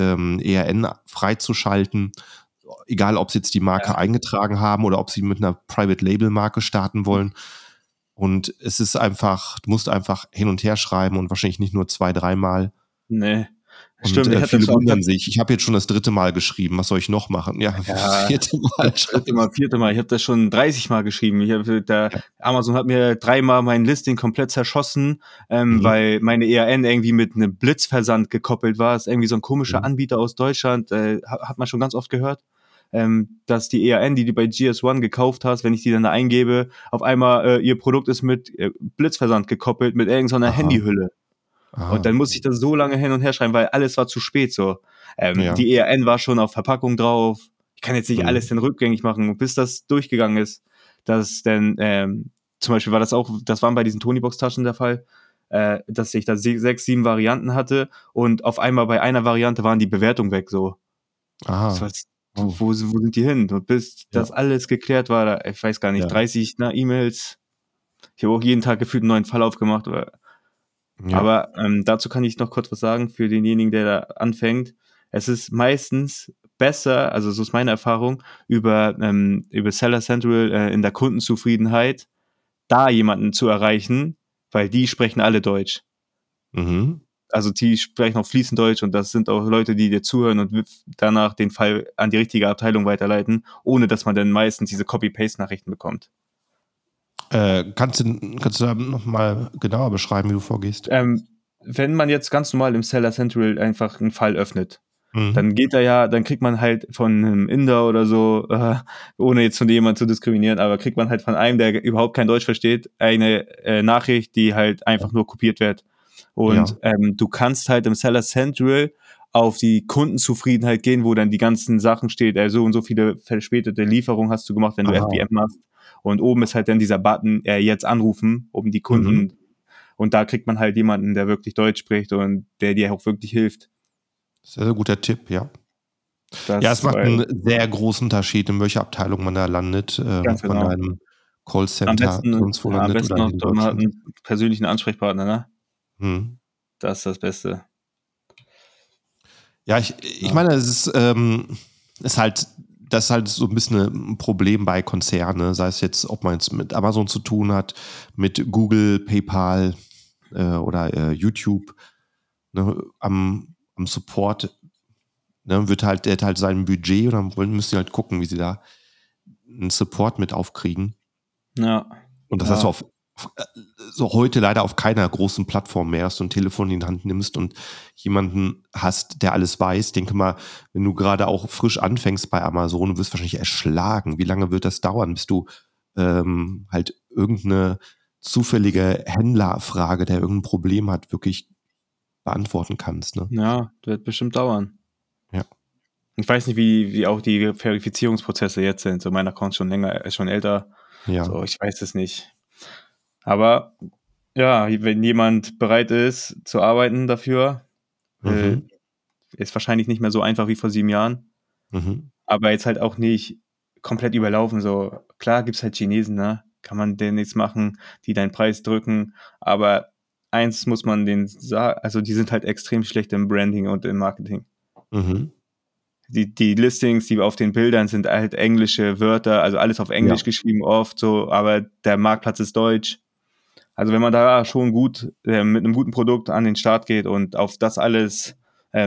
Speaker 1: ERN freizuschalten, egal ob sie jetzt die Marke
Speaker 2: ja,
Speaker 1: eingetragen haben oder ob sie mit einer Private-Label-Marke starten wollen. Und es ist einfach du musst einfach hin und her schreiben und wahrscheinlich nicht nur 2 dreimal.
Speaker 2: ne.
Speaker 1: Und,
Speaker 2: Stimmt,
Speaker 1: viele wundern sich: „Ich habe jetzt schon das 3. Mal geschrieben, was soll ich noch machen?“ Ja, das
Speaker 2: ja,
Speaker 1: 4. Mal
Speaker 2: das dritte
Speaker 1: schreiben.
Speaker 2: Mal, vierte Mal. Ich habe das schon 30 Mal geschrieben.
Speaker 1: Ja.
Speaker 2: Amazon hat mir 3-mal mein Listing komplett zerschossen,
Speaker 1: Mhm.
Speaker 2: weil meine EAN irgendwie mit 'nem Blitzversand gekoppelt war. Ist irgendwie so 'n komischer
Speaker 1: Mhm.
Speaker 2: Anbieter aus Deutschland, hat man schon ganz oft gehört, dass die EAN, die du bei GS1 gekauft hast, wenn ich die dann da eingebe, auf einmal, ihr Produkt ist mit, Blitzversand gekoppelt mit irgend so 'ner
Speaker 1: Aha.
Speaker 2: Handyhülle. Und
Speaker 1: Ah.
Speaker 2: dann musste ich das so lange hin und her schreiben, weil alles war zu spät so.
Speaker 1: Ja.
Speaker 2: Die ERN war schon auf Verpackung drauf. Ich kann jetzt nicht alles
Speaker 1: Mhm.
Speaker 2: dann rückgängig machen. Und bis das durchgegangen ist, dass dann, zum Beispiel das waren bei diesen Tonybox-Taschen der Fall, dass ich da 6, 7 Varianten hatte und auf einmal bei einer Variante waren die Bewertungen weg so. Das
Speaker 1: Aha.
Speaker 2: was
Speaker 1: Oh.
Speaker 2: wo sind die hin? Und bis
Speaker 1: Ja,
Speaker 2: das alles geklärt war, ich weiß gar nicht,
Speaker 1: ja,
Speaker 2: 30, ne, E-Mails. Ich habe auch jeden Tag gefühlt 'n neuen Fall aufgemacht,
Speaker 1: ja.
Speaker 2: aber, dazu kann ich noch kurz was sagen für denjenigen, der da anfängt. Es ist meistens besser, also so ist meine Erfahrung, über Seller Central, in der Kundenzufriedenheit da jemanden zu erreichen, weil die sprechen alle Deutsch.
Speaker 1: Mhm.
Speaker 2: Also, die sprechen auch fließend Deutsch und das sind auch Leute, die dir zuhören und danach den Fall an die richtige Abteilung weiterleiten, ohne dass man dann meistens diese Copy-Paste-Nachrichten bekommt.
Speaker 1: Kannst du da noch mal genauer beschreiben, wie du vorgehst?
Speaker 2: Ähm, Wenn man jetzt ganz normal im Seller Central einfach 'n Fall öffnet,
Speaker 1: Mhm.
Speaker 2: dann kriegt man halt von 'nem Inder oder so, ohne jetzt von jemanden zu diskriminieren, aber kriegt man halt von einem, der überhaupt kein Deutsch versteht, eine, Nachricht, die halt
Speaker 1: Ja.
Speaker 2: einfach nur kopiert wird. Und,
Speaker 1: Ja.
Speaker 2: du kannst halt im Seller Central auf die Kundenzufriedenheit gehen, wo dann die ganzen Sachen steht, so und so viele verspätete Lieferungen hast du gemacht, wenn du
Speaker 1: Aha.
Speaker 2: FBM machst. Und oben ist halt dann dieser Button, jetzt anrufen, um die
Speaker 1: Mhm.
Speaker 2: Kunden, und da kriegt man halt jemanden, der wirklich Deutsch spricht und der dir auch wirklich hilft.
Speaker 1: Sehr, sehr guter Tipp, ja. Ja, es
Speaker 2: Das
Speaker 1: macht
Speaker 2: weil
Speaker 1: 'n sehr großen Unterschied, in welcher Abteilung man da landet,
Speaker 2: Ganz
Speaker 1: ob man
Speaker 2: genau.
Speaker 1: da im Callcenter sonst wo
Speaker 2: Am
Speaker 1: landet oder
Speaker 2: besten noch
Speaker 1: hier in
Speaker 2: so, man hat
Speaker 1: Deutschland.
Speaker 2: 'n persönlichen Ansprechpartner, ne?
Speaker 1: Mhm.
Speaker 2: Das ist das Beste.
Speaker 1: Ja, ich
Speaker 2: Ja.
Speaker 1: meine, es ist halt das ist halt so 'n bisschen 'n Problem bei Konzernen, ne? Sei es jetzt, ob man jetzt mit Amazon zu tun hat, mit Google, PayPal, oder, YouTube, ne? Am Support, ne, der hat halt sein Budget und dann müssen die halt gucken, wie sie da 'n Support mit aufkriegen.
Speaker 2: Ja,
Speaker 1: Und das hast du
Speaker 2: ja,
Speaker 1: so heute leider auf keiner großen Plattform mehr, dass du 'n Telefon in die Hand nimmst und jemanden hast, der alles weiß. Denke mal, wenn du gerade auch frisch anfängst bei Amazon, du wirst wahrscheinlich erschlagen. Wie lange wird das dauern, bis du, halt irgend 'ne zufällige Händlerfrage, der irgend 'n Problem hat, wirklich beantworten kannst, ne?
Speaker 2: ja, wird bestimmt dauern.
Speaker 1: Ja.
Speaker 2: Ich weiß nicht, wie auch die Verifizierungsprozesse jetzt sind. So, mein Account ist schon älter.
Speaker 1: Ja.
Speaker 2: So, ich weiß es nicht. Aber ja, wenn jemand bereit ist zu arbeiten dafür, äh,
Speaker 1: Mhm.
Speaker 2: ist wahrscheinlich nicht mehr so einfach wie vor 7 Jahren,
Speaker 1: Mhm.
Speaker 2: aber jetzt halt auch nicht komplett überlaufen so. Klar gibt's halt Chinesen, ne? kann man denen nichts machen, die deinen Preis drücken. Aber eins muss man denen sagen, also die sind halt extrem schlecht im Branding und im Marketing.
Speaker 1: Mhm.
Speaker 2: Die Listings, die auf den Bildern sind halt englische Wörter, also alles auf
Speaker 1: Ja.
Speaker 2: Englisch geschrieben oft so, aber der Marktplatz ist deutsch. Also wenn man da schon gut mit einem guten Produkt an den Start geht und auf das alles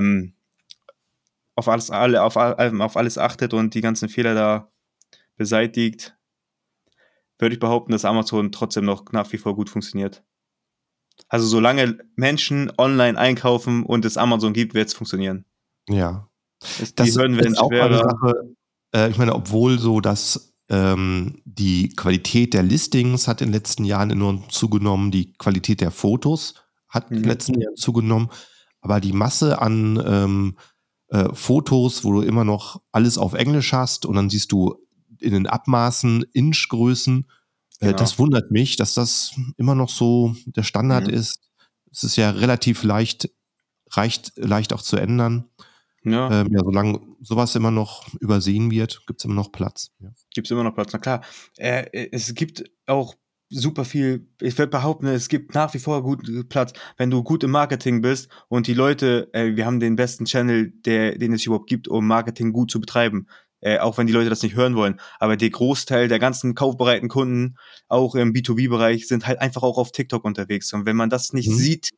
Speaker 2: auf alles achtet und die ganzen Fehler da beseitigt, würde ich behaupten, dass Amazon trotzdem noch nach wie vor gut funktioniert. Also solange Menschen online einkaufen und es Amazon gibt, wird es funktionieren.
Speaker 1: Ja.
Speaker 2: Die
Speaker 1: Das
Speaker 2: Hürden werden
Speaker 1: ist auch eine
Speaker 2: schwerer.
Speaker 1: Sache, ich meine, obwohl so dass die Qualität der Listings hat in den letzten Jahren enorm zugenommen, die Qualität der Fotos hat in den letzten Jahren zugenommen, aber die Masse an Fotos, wo du immer noch alles auf Englisch hast und dann siehst du in den Abmaßen Inchgrößen,
Speaker 2: Genau.
Speaker 1: das wundert mich, dass das immer noch so der Standard
Speaker 2: Mhm.
Speaker 1: ist. Es ist ja relativ leicht auch zu ändern.
Speaker 2: Ja,
Speaker 1: Ja, solange sowas immer noch übersehen wird, gibt's immer noch Platz. Ja.
Speaker 2: gibt's immer noch Platz. Na klar, es gibt auch super viel, ich würde behaupten, es gibt nach wie vor gut Platz, wenn du gut im Marketing bist und die Leute, wir haben den besten Channel, den es überhaupt gibt, um Marketing gut zu betreiben. Auch wenn die Leute das nicht hören wollen. Aber der Großteil der ganzen kaufbereiten Kunden, auch im B2B-Bereich, sind halt einfach auch auf TikTok unterwegs. Und wenn man das nicht
Speaker 1: Mhm.
Speaker 2: sieht,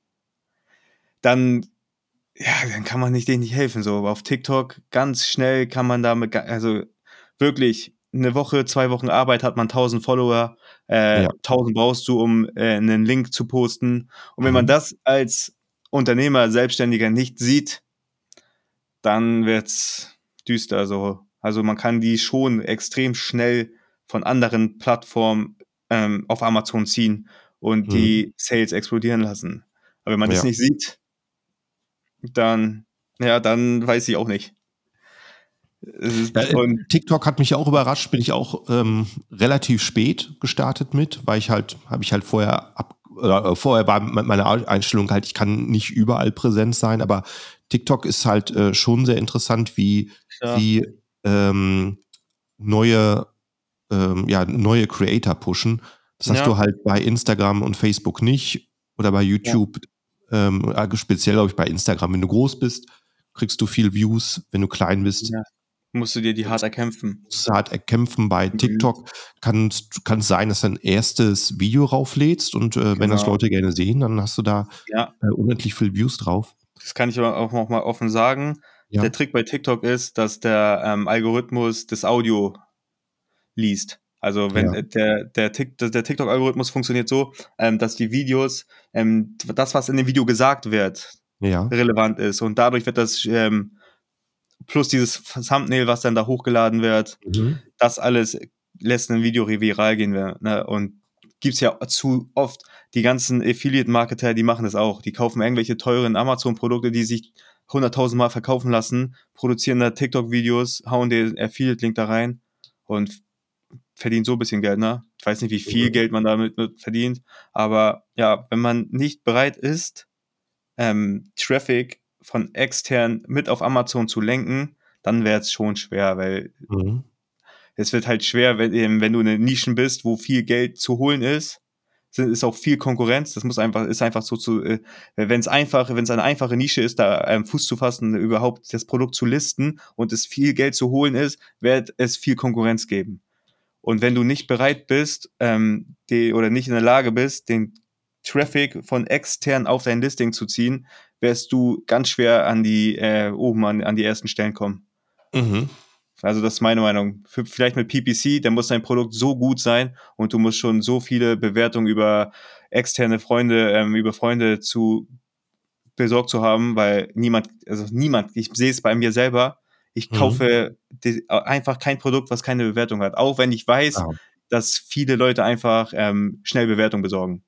Speaker 2: dann ja, dann kann man denen nicht helfen. So auf TikTok ganz schnell kann man damit, also wirklich eine Woche, 2 Wochen Arbeit hat man 1000 Follower,
Speaker 1: Ja.
Speaker 2: 1000 brauchst du, um einen Link zu posten. Und wenn man
Speaker 1: Mhm.
Speaker 2: das als Unternehmer, Selbstständiger nicht sieht, dann wird's düster. So. Also man kann die schon extrem schnell von anderen Plattformen auf Amazon ziehen und
Speaker 1: Mhm.
Speaker 2: die Sales explodieren lassen. Aber wenn man das
Speaker 1: Ja.
Speaker 2: nicht sieht, dann, ja, dann weiß ich auch nicht. Es
Speaker 1: Ja,
Speaker 2: ist, und
Speaker 1: TikTok hat mich auch überrascht, bin ich auch relativ spät gestartet mit, weil habe ich halt vorher war meine Einstellung halt, ich kann nicht überall präsent sein, aber TikTok ist halt schon sehr interessant, wie
Speaker 2: ja,
Speaker 1: sie ähm, neue neue Creator pushen. Das hast du
Speaker 2: ja,
Speaker 1: halt bei Instagram und Facebook nicht oder bei
Speaker 2: ja,
Speaker 1: YouTube, speziell glaube ich bei Instagram. Wenn du groß bist, kriegst du viel Views. Wenn du klein bist,
Speaker 2: ja. Musst du dir die hart erkämpfen.
Speaker 1: musst du hart erkämpfen. Bei
Speaker 2: Mhm.
Speaker 1: TikTok kann es sein, dass du ein erstes Video rauflädst und wenn das
Speaker 2: Genau.
Speaker 1: Leute gerne sehen, dann hast du da
Speaker 2: Ja,
Speaker 1: unendlich viel Views drauf.
Speaker 2: das kann ich aber auch noch mal offen sagen. Der
Speaker 1: Ja,
Speaker 2: Trick bei TikTok ist, dass der Algorithmus das Audio liest. Also wenn
Speaker 1: ja,
Speaker 2: der TikTok-Algorithmus funktioniert so, dass die Videos, das, was in dem Video gesagt wird,
Speaker 1: ja.
Speaker 2: relevant ist. Und dadurch wird das plus dieses Thumbnail, was dann da hochgeladen wird,
Speaker 1: Mhm.
Speaker 2: das alles lässt ein Video viral gehen. Ne? Und gibt's ja zu oft die ganzen Affiliate-Marketer, die machen das auch. Die kaufen irgendwelche teuren Amazon-Produkte, die sich 100.000 Mal verkaufen lassen, produzieren da TikTok-Videos, hauen den Affiliate-Link da rein und verdienen so ein bisschen Geld. Ne? Ich weiß nicht, wie viel
Speaker 1: Mhm.
Speaker 2: Geld man damit verdient, aber ja, wenn man nicht bereit ist, Traffic von extern mit auf Amazon zu lenken, dann wäre es schon schwer, weil
Speaker 1: Mhm.
Speaker 2: es wird halt schwer, wenn du in den Nischen bist, wo viel Geld zu holen ist, ist auch viel Konkurrenz. Das ist einfach so wenn es eine einfache Nische ist, da Fuß zu fassen, überhaupt das Produkt zu listen und es viel Geld zu holen ist, wird es viel Konkurrenz geben. Und wenn du nicht bereit bist, oder nicht in der Lage bist, den Traffic von extern auf dein Listing zu ziehen, wirst du ganz schwer an die ersten Stellen kommen.
Speaker 1: Mhm.
Speaker 2: Also das ist meine Meinung. Vielleicht mit PPC, da muss dein Produkt so gut sein und du musst schon so viele Bewertungen über externe Freunde, über Freunde zu besorgt zu haben, weil niemand, ich sehe es bei mir selber, ich
Speaker 1: Mhm.
Speaker 2: kaufe einfach kein Produkt, was keine Bewertung hat. Auch wenn ich weiß,
Speaker 1: Ah.
Speaker 2: dass viele Leute einfach schnell Bewertung besorgen.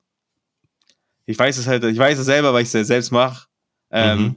Speaker 2: Ich weiß es selber, weil ich es selbst mache.
Speaker 1: Mhm.
Speaker 2: Ähm,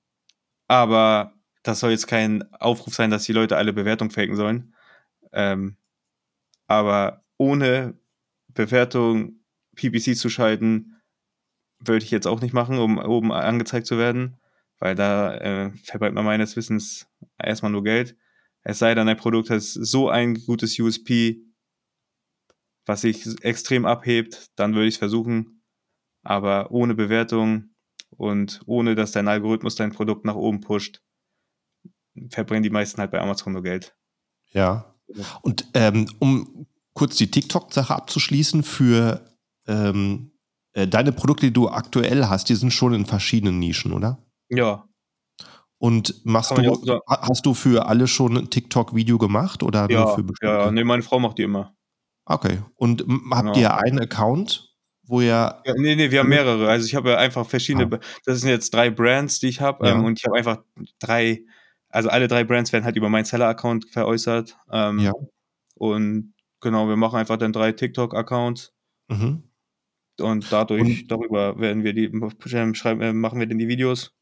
Speaker 2: aber das soll jetzt kein Aufruf sein, dass die Leute alle Bewertung faken sollen. Ähm, aber ohne Bewertung PPC zu schalten, würde ich jetzt auch nicht machen, um oben angezeigt zu werden, weil da verbrennt man meines Wissens erstmal nur Geld. Es sei denn, ein Produkt hat so ein gutes USP, was sich extrem abhebt, dann würde ich es versuchen. Aber ohne Bewertung und ohne, dass dein Algorithmus dein Produkt nach oben pusht, verbrennen die meisten halt bei Amazon nur Geld.
Speaker 1: Ja. Und um kurz die TikTok-Sache abzuschließen, für deine Produkte, die du aktuell hast, die sind schon in verschiedenen Nischen, oder?
Speaker 2: Ja,
Speaker 1: Und
Speaker 2: kann man ja auch sagen.
Speaker 1: hast du für alle schon ein TikTok-Video gemacht oder nur
Speaker 2: Ja,
Speaker 1: für
Speaker 2: ja,
Speaker 1: bestimmte?
Speaker 2: ne, meine Frau macht die immer.
Speaker 1: Okay. Und habt
Speaker 2: Genau.
Speaker 1: ihr einen Account, wo ihr
Speaker 2: Ja, ne, wir haben
Speaker 1: alle
Speaker 2: mehrere. Also, ich habe ja einfach verschiedene
Speaker 1: ah,
Speaker 2: b das sind jetzt 3 Brands, die ich habe,
Speaker 1: ja,
Speaker 2: und ich habe einfach 3 also, alle 3 Brands werden halt über meinen Seller-Account veräußert,
Speaker 1: ja,
Speaker 2: und genau, wir machen einfach dann 3 TikTok-Accounts
Speaker 1: mhm.
Speaker 2: und
Speaker 1: Und
Speaker 2: darüber werden wir die schreiben machen wir dann die Videos.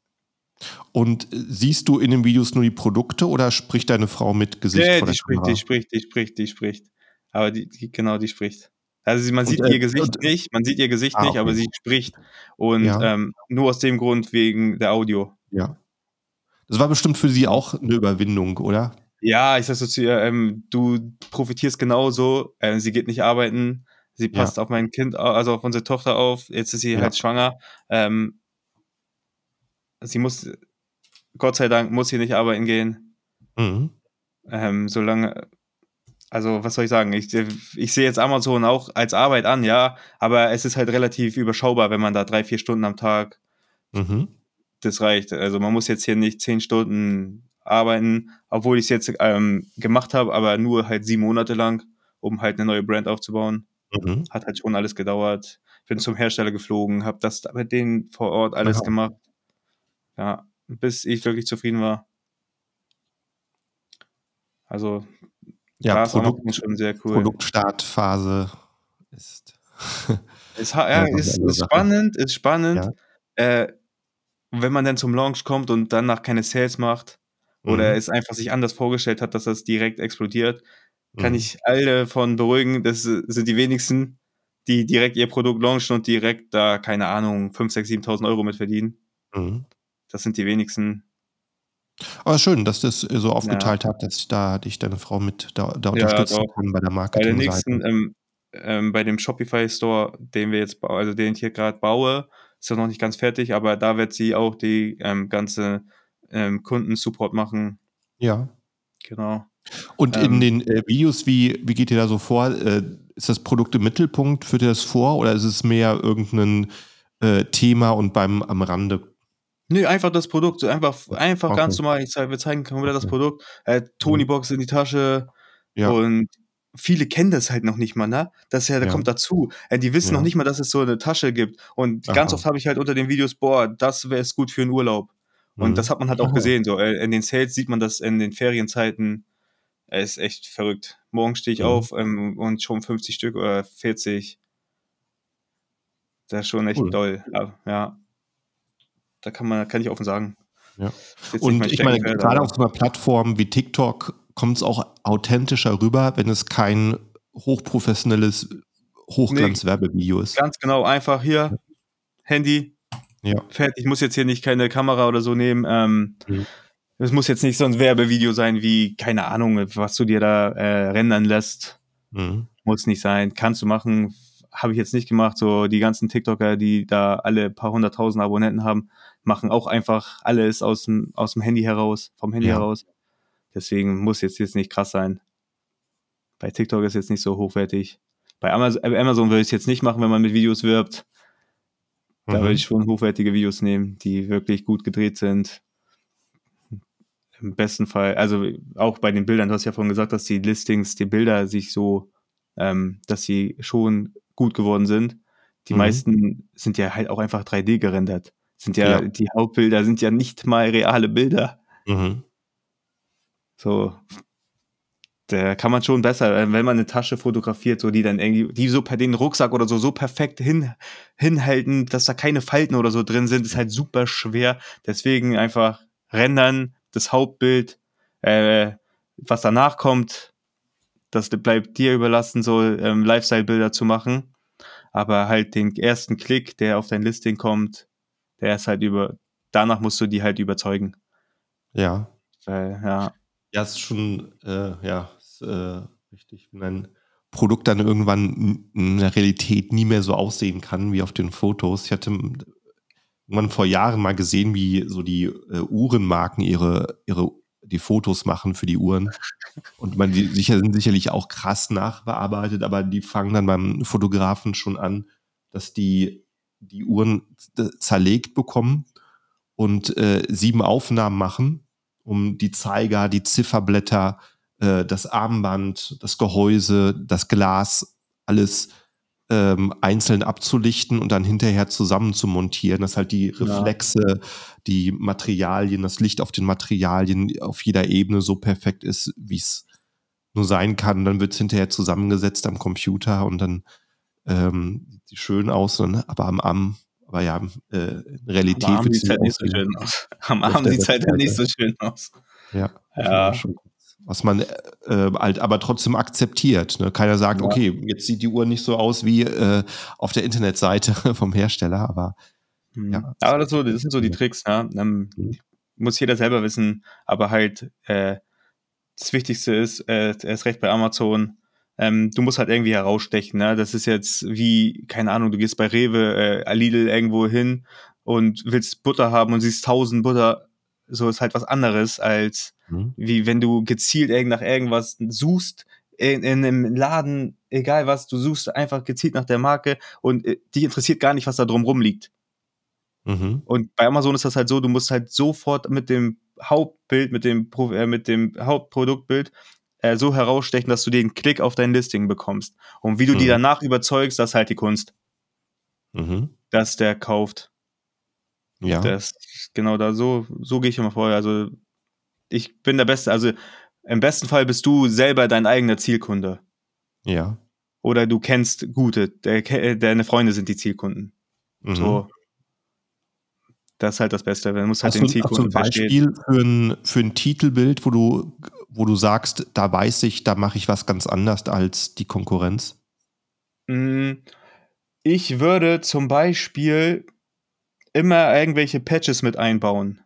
Speaker 1: siehst du in den Videos nur die Produkte oder spricht deine Frau mit Gesicht
Speaker 2: Ne,
Speaker 1: vor der Kamera?
Speaker 2: die spricht. Aber die spricht. Also, man
Speaker 1: Und,
Speaker 2: sieht ihr Gesicht
Speaker 1: und
Speaker 2: nicht aber
Speaker 1: okay.
Speaker 2: sie spricht und,
Speaker 1: Ja,
Speaker 2: nur aus dem Grund wegen der Audio.
Speaker 1: ja. Das war bestimmt für sie
Speaker 2: Ja.
Speaker 1: auch 'ne Überwindung, oder?
Speaker 2: Ja, ich sage so zu ihr, „Du profitierst genauso.“ Sie geht nicht arbeiten, sie
Speaker 1: Ja,
Speaker 2: passt auf mein Kind also, auf unsere Tochter auf. Jetzt ist sie
Speaker 1: ja.
Speaker 2: halt schwanger. Sie muss Gott sei Dank muss sie nicht arbeiten gehen,
Speaker 1: Mhm.
Speaker 2: solange also, was soll ich sagen? Ich sehe jetzt Amazon auch als Arbeit an, ja, aber es ist halt relativ überschaubar, wenn man da 3 4 Stunden am Tag
Speaker 1: Mhm.
Speaker 2: das reicht. Also, man muss jetzt hier nicht 10 Stunden arbeiten, obwohl ich's jetzt, gemacht habe, aber nur halt 7 Monate lang, um halt 'ne neue Brand aufzubauen.
Speaker 1: Mhm.
Speaker 2: Hat halt schon alles gedauert. Bin zum Hersteller geflogen, habe das mit denen vor Ort alles
Speaker 1: Aha.
Speaker 2: gemacht, ja, bis ich wirklich zufrieden war. Also,
Speaker 1: Ja,
Speaker 2: da ist Amazon schon sehr cool.
Speaker 1: Produktstartphase ist
Speaker 2: Ja,
Speaker 1: noch 'ne andere
Speaker 2: ist
Speaker 1: Sache.
Speaker 2: spannend, ist spannend.
Speaker 1: Ja.
Speaker 2: Äh, wenn man dann zum Launch kommt und danach keine Sales macht oder
Speaker 1: Mhm.
Speaker 2: es einfach sich anders vorgestellt hat, dass das direkt explodiert, kann
Speaker 1: Mhm.
Speaker 2: ich alle von beruhigen. Das sind die wenigsten, die direkt ihr Produkt launchen und direkt da, keine Ahnung, 5, 6, 7.000 Euro mit verdienen.
Speaker 1: Mhm.
Speaker 2: Das sind die wenigsten.
Speaker 1: Aber schön, dass das so
Speaker 2: Ja,
Speaker 1: aufgeteilt hat, dass da dich deine Frau mit da
Speaker 2: ja,
Speaker 1: unterstützen
Speaker 2: doch.
Speaker 1: kann bei der
Speaker 2: Bei der
Speaker 1: Marketingseite.
Speaker 2: nächsten, bei dem Shopify Store, den wir jetzt also den ich hier gerade baue, ist ja noch nicht ganz fertig, aber da wird sie auch die, ganze, Kundensupport machen.
Speaker 1: Ja.
Speaker 2: Genau.
Speaker 1: Und in
Speaker 2: Ähm,
Speaker 1: den, Videos, wie geht ihr da so vor? Ist das Produkt im Mittelpunkt? Führt ihr das vor oder ist es mehr irgend 'nen, Thema und beim am Rande?
Speaker 2: ne, einfach das Produkt, so einfach
Speaker 1: Okay,
Speaker 2: ganz normal. Wir zeigen komplett das
Speaker 1: okay.
Speaker 2: Produkt,
Speaker 1: Mhm.
Speaker 2: Tonybox in die Tasche
Speaker 1: Ja,
Speaker 2: und viele kennen das halt noch nicht mal, ne? Das ist ja da
Speaker 1: ja,
Speaker 2: kommt dazu. Die wissen noch
Speaker 1: ja.
Speaker 2: nicht mal, dass es so 'ne Tasche gibt. Und ganz
Speaker 1: Aha.
Speaker 2: oft habe ich halt unter den Videos: „Boah, das wäre es gut für 'n Urlaub.“ Und das
Speaker 1: Mhm.
Speaker 2: hat man halt auch
Speaker 1: Aha.
Speaker 2: gesehen so. In den Sales sieht man das in den Ferienzeiten. Ist echt verrückt. Morgens stehe ich
Speaker 1: Mhm.
Speaker 2: auf, und schon 50 Stück oder 40. Das ist schon echt
Speaker 1: Cool.
Speaker 2: doll. Ja, da kann ich offen sagen.
Speaker 1: Ja.
Speaker 2: Ist jetzt nicht
Speaker 1: Und
Speaker 2: mein
Speaker 1: ich meine,
Speaker 2: Steckenpferd,
Speaker 1: grade auf
Speaker 2: aber
Speaker 1: so 'ner Plattform wie TikTok kommt's auch authentischer rüber, wenn es kein hochprofessionelles
Speaker 2: ne,
Speaker 1: Hochglanz-Werbevideo ist.
Speaker 2: ganz genau, einfach
Speaker 1: Ja.
Speaker 2: hier, Handy,
Speaker 1: Ja.
Speaker 2: fertig. Ich muss jetzt hier nicht keine Kamera oder so nehmen.
Speaker 1: Mhm.
Speaker 2: Es muss jetzt nicht so 'n Werbevideo sein wie, keine Ahnung, was du dir da, rendern lässt.
Speaker 1: Mhm.
Speaker 2: Muss nicht sein. Kannst du machen. Habe ich jetzt nicht gemacht. So die ganzen TikToker, die da alle paar 100.000 Abonnenten haben, machen auch einfach alles aus'm Handy heraus vom Handy
Speaker 1: Ja.
Speaker 2: heraus. Deswegen muss jetzt nicht krass sein. Bei TikTok ist jetzt nicht so hochwertig. Bei Amazon würde ich's jetzt nicht machen, wenn man mit Videos wirbt. Da würde ich
Speaker 1: Mhm.
Speaker 2: schon hochwertige Videos nehmen, die wirklich gut gedreht sind. Im besten Fall also, auch bei den Bildern, du hast ja vorhin gesagt, dass die Listings, die Bilder sich so dass sie schon gut geworden sind. Die
Speaker 1: Mhm.
Speaker 2: meisten sind ja halt auch einfach 3D gerendert. Sind ja
Speaker 1: Ja.
Speaker 2: die Hauptbilder sind ja nicht mal reale Bilder.
Speaker 1: Mhm.
Speaker 2: So, da kann man schon besser wenn man 'ne Tasche fotografiert, so die dann irgendwie die so per den Rucksack oder so perfekt hinhalten, dass da keine Falten oder so drin sind, ist halt super schwer. Deswegen einfach rendern, das Hauptbild, äh, was danach kommt, das bleibt dir überlassen, so, Lifestyle-Bilder zu machen. Aber halt den ersten Klick, der auf dein Listing kommt, der ist halt danach musst du die halt überzeugen.
Speaker 1: Ja.
Speaker 2: Weil ja,
Speaker 1: Ja, ist schon, ja, ist, richtig. Wenn ein Produkt dann irgendwann in der Realität nie mehr so aussehen kann wie auf den Fotos. Ich hatte irgendwann vor Jahren mal gesehen, wie so die Uhrenmarken die Fotos machen für die Uhren. Und die sind sicherlich auch krass nachbearbeitet, aber die fangen dann beim Fotografen schon an, dass die Uhren zerlegt bekommen und 7 Aufnahmen machen, um die Zeiger, die Zifferblätter, das Armband, das Gehäuse, das Glas, alles einzeln abzulichten und dann hinterher zusammen zu montieren, dass halt die Reflexe, die Materialien, das Licht auf den Materialien auf jeder Ebene so perfekt ist, wie es nur sein kann. Dann wird es hinterher zusammengesetzt am Computer und dann sieht sie schön aus, aber in Realität
Speaker 2: Am Arm
Speaker 1: wird
Speaker 2: sieht
Speaker 1: sie
Speaker 2: es
Speaker 1: nicht
Speaker 2: halt nicht so
Speaker 1: aussehen
Speaker 2: schön aus. Am
Speaker 1: wie auf
Speaker 2: Arm
Speaker 1: der
Speaker 2: sieht es halt nicht
Speaker 1: Webseite.
Speaker 2: so schön aus.
Speaker 1: Ja, das war
Speaker 2: Ja.
Speaker 1: schon krass. Was man halt aber trotzdem akzeptiert. Ne? Keiner sagt,
Speaker 2: Ja.
Speaker 1: okay, jetzt sieht die Uhr nicht so aus wie auf der Internetseite vom Hersteller, aber ja.
Speaker 2: Aber das sind so die Tricks, ne? Muss jeder selber wissen, aber halt das Wichtigste ist, erst recht bei Amazon, du musst halt irgendwie herausstechen, ne? Das ist jetzt wie, keine Ahnung, du gehst bei Rewe, Lidl irgendwo hin und willst Butter haben und siehst 1000 Butter, so ist halt was anderes, als wie wenn du gezielt nach irgendwas suchst, in einem Laden, egal was, du suchst einfach gezielt nach der Marke und dich interessiert gar nicht, was da drumrum liegt.
Speaker 1: Mhm.
Speaker 2: Und bei Amazon ist das halt so, du musst halt sofort mit dem Hauptbild, mit dem Hauptproduktbild so herausstechen, dass du den Klick auf dein Listing bekommst. Und wie du die danach überzeugst, das ist halt die Kunst. Dass der kauft.
Speaker 1: Ja.
Speaker 2: Das genau da so gehe ich immer vor. Also ich bin der Beste. Also im besten Fall bist du selber dein eigener Zielkunde.
Speaker 1: Ja.
Speaker 2: Oder du kennst gute, deine Freunde sind die Zielkunden. So. Das ist halt das Beste. Man muss halt den Zielkunden
Speaker 1: ein
Speaker 2: verstehen.
Speaker 1: Beispiel für ein Titelbild, wo du sagst, da weiß ich, da mache ich was ganz anders als die Konkurrenz?
Speaker 2: Ich würde zum Beispiel immer irgendwelche Patches mit einbauen.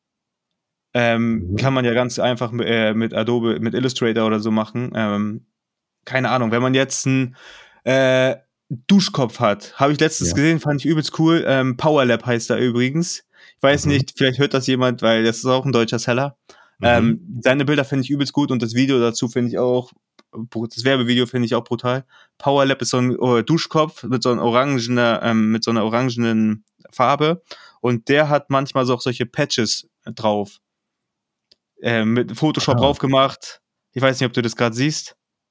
Speaker 2: Kann man ja ganz einfach mit Adobe, mit Illustrator oder so machen. Keine Ahnung, wenn man jetzt einen Duschkopf hat, habe ich letztens gesehen, fand ich übelst cool. Powerlab heißt er übrigens. Ich weiß nicht, vielleicht hört das jemand, weil das ist auch ein deutscher Seller. Seine Bilder finde ich übelst gut und das Video dazu finde ich auch, das Werbevideo finde ich auch brutal. Powerlab ist so ein Duschkopf mit so einer orangenen Farbe und der hat manchmal so auch solche Patches drauf. Mit Photoshop drauf gemacht. Ich weiß nicht, ob du das gerade siehst.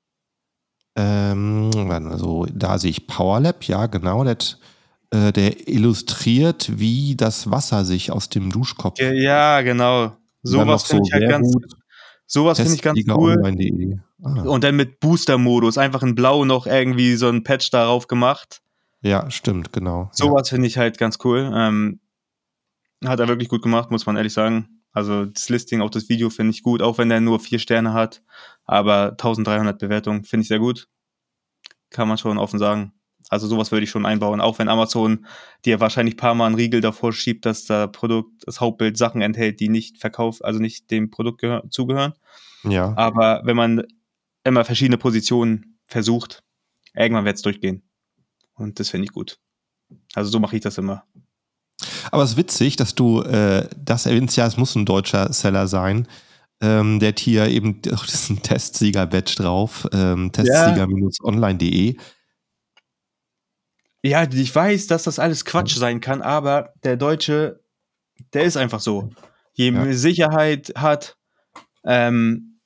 Speaker 1: Also da sehe ich Powerlab, ja genau, der illustriert, wie das Wasser sich aus dem Duschkopf.
Speaker 2: Ja, genau. Sowas finde ich halt ganz cool.
Speaker 1: Online.de.
Speaker 2: Und dann mit Booster-Modus, einfach in Blau noch irgendwie so ein Patch darauf gemacht.
Speaker 1: Ja, stimmt, genau.
Speaker 2: Sowas finde ich halt ganz cool. Hat er wirklich gut gemacht, muss man ehrlich sagen. Also das Listing, auch das Video finde ich gut, auch wenn der nur 4 Sterne hat. Aber 1300 Bewertungen finde ich sehr gut. Kann man schon offen sagen. Also sowas würde ich schon einbauen, auch wenn Amazon dir wahrscheinlich ein paar Mal einen Riegel davor schiebt, dass das Hauptbild Sachen enthält, die nicht verkauft, also nicht dem Produkt zugehören.
Speaker 1: Ja.
Speaker 2: Aber wenn man immer verschiedene Positionen versucht, irgendwann wird es durchgehen. Und das finde ich gut. Also so mache ich das immer.
Speaker 1: Aber es ist witzig, dass du das erwähnst, ja, es muss ein deutscher Seller sein. Der hat hier eben diesen Testsieger-Badge drauf, testsieger-online.de.
Speaker 2: Ja, ich weiß, dass das alles Quatsch sein kann, aber der Deutsche, der ist einfach so. Je mehr Sicherheit hat, dann,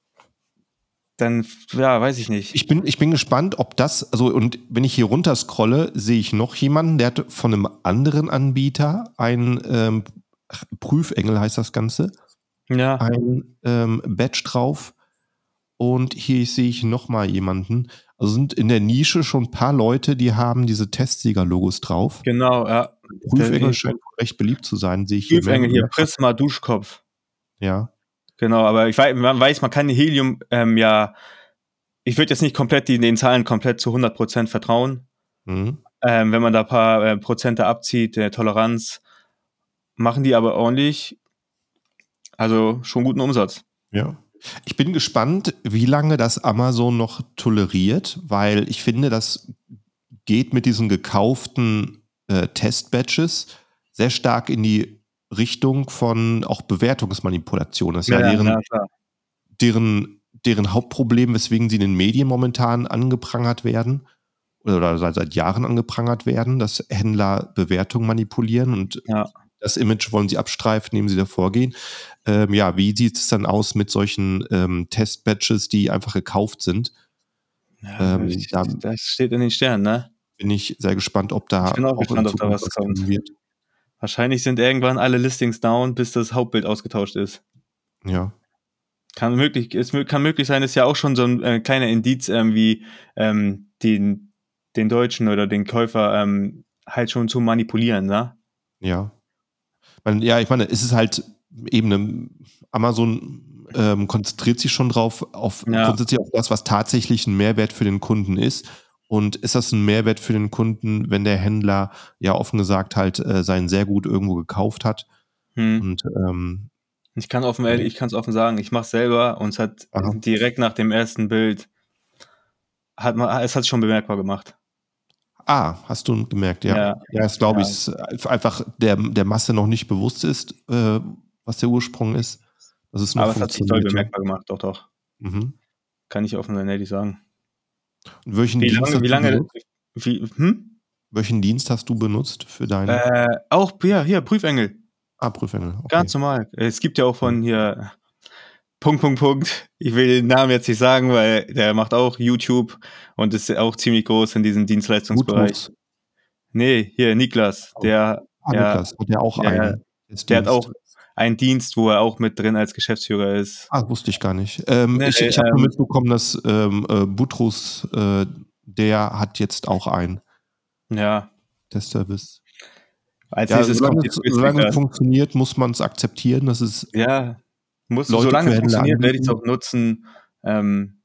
Speaker 2: ja, weiß ich nicht.
Speaker 1: Ich bin gespannt, ob das, also und wenn ich hier runter scrolle, sehe ich noch jemanden, der hat von einem anderen Anbieter ein Prüfengel heißt das Ganze.
Speaker 2: Ja.
Speaker 1: Ein Badge drauf. Und hier sehe ich nochmal jemanden. Also sind in der Nische schon ein paar Leute, die haben diese Testsieger-Logos drauf.
Speaker 2: Genau, ja.
Speaker 1: Prüfengel scheint recht beliebt zu sein, sehe ich hier.
Speaker 2: Prüfengel hier, Prisma Duschkopf.
Speaker 1: Ja.
Speaker 2: Genau, aber man weiß, man kann Helium, ich würde jetzt nicht komplett den Zahlen komplett zu 100% vertrauen. Wenn man da ein paar Prozente abzieht, der Toleranz, machen die aber ordentlich, also schon guten Umsatz.
Speaker 1: Ja. Ich bin gespannt, wie lange das Amazon noch toleriert, weil ich finde, das geht mit diesen gekauften Test-Batches sehr stark in die Richtung von auch Bewertungsmanipulation. Das ist ja
Speaker 2: Ja, klar.
Speaker 1: deren Hauptproblem, weswegen sie in den Medien momentan angeprangert werden oder seit Jahren angeprangert werden, dass Händler Bewertungen manipulieren und
Speaker 2: Ja.
Speaker 1: das Image wollen sie abstreifen, indem sie da vorgehen. Ja, wie sieht es dann aus mit solchen Test-Batches, die einfach gekauft sind?
Speaker 2: Ja,
Speaker 1: Da
Speaker 2: das steht in den Sternen, ne?
Speaker 1: bin ich sehr gespannt, ob
Speaker 2: Ich
Speaker 1: da
Speaker 2: bin auch
Speaker 1: auch in
Speaker 2: gespannt, ob da
Speaker 1: Zukunft
Speaker 2: was
Speaker 1: was
Speaker 2: kommt.
Speaker 1: kommen wird.
Speaker 2: Wahrscheinlich sind irgendwann alle Listings down, bis das Hauptbild ausgetauscht ist.
Speaker 1: Ja.
Speaker 2: Kann möglich sein, ist ja auch schon so ein kleiner Indiz, wie den Deutschen oder den Käufer halt schon zu manipulieren, ne?
Speaker 1: Ja. Ich meine, es ist halt eben Amazon konzentriert sich schon
Speaker 2: Ja.
Speaker 1: konzentriert sich auf das, was tatsächlich ein Mehrwert für den Kunden ist. Und ist das ein Mehrwert für den Kunden, wenn der Händler ja offen gesagt halt sein sehr gut irgendwo gekauft hat?
Speaker 2: Hm.
Speaker 1: Und
Speaker 2: Ich kann es offen sagen, ich mache selber und es hat
Speaker 1: aha.
Speaker 2: direkt nach dem ersten Bild es hat schon bemerkbar gemacht.
Speaker 1: Hast du gemerkt, ja.
Speaker 2: Ja,
Speaker 1: Ja, das glaube
Speaker 2: ja.
Speaker 1: ich, es einfach der Masse noch nicht bewusst ist, was der Ursprung ist, dass es noch
Speaker 2: Aber es hat sich doll
Speaker 1: funktioniert, ja.
Speaker 2: bemerkbar gemacht, doch, doch.
Speaker 1: Mhm.
Speaker 2: Kann ich offen und ehrlich sagen.
Speaker 1: Und welchen
Speaker 2: Wie
Speaker 1: Dienst
Speaker 2: lange
Speaker 1: hast
Speaker 2: wie
Speaker 1: du
Speaker 2: lange
Speaker 1: benutzt?
Speaker 2: wie
Speaker 1: Welchen Dienst hast du benutzt für deinen
Speaker 2: Auch hier, Prüfengel,
Speaker 1: Prüfengel? Okay.
Speaker 2: ganz normal. Es gibt ja auch
Speaker 1: Ja.
Speaker 2: von hier Punkt. Ich will den Namen jetzt nicht sagen, weil der macht auch YouTube und ist auch ziemlich groß in diesem Dienstleistungsbereich.
Speaker 1: Bluetooth.
Speaker 2: Ne, hier Niklas,
Speaker 1: Oh.
Speaker 2: ja,
Speaker 1: Niklas, hat der auch
Speaker 2: der
Speaker 1: einen
Speaker 2: der hat
Speaker 1: Testdienst?
Speaker 2: auch einen Dienst, wo er auch mit drin als Geschäftsführer ist.
Speaker 1: Wusste ich gar nicht.
Speaker 2: Ne,
Speaker 1: Ich habe nur mitbekommen, dass Buttrus, der hat jetzt auch einen
Speaker 2: ja,
Speaker 1: Testservice.
Speaker 2: als
Speaker 1: Ja,
Speaker 2: nächstes kommt jetzt
Speaker 1: solange es
Speaker 2: Niklas.
Speaker 1: funktioniert, muss man es akzeptieren, dass es
Speaker 2: Ja,
Speaker 1: Leute
Speaker 2: solange
Speaker 1: für
Speaker 2: es
Speaker 1: Händler
Speaker 2: funktioniert, werde ich's
Speaker 1: anbieten.
Speaker 2: auch nutzen. Ähm,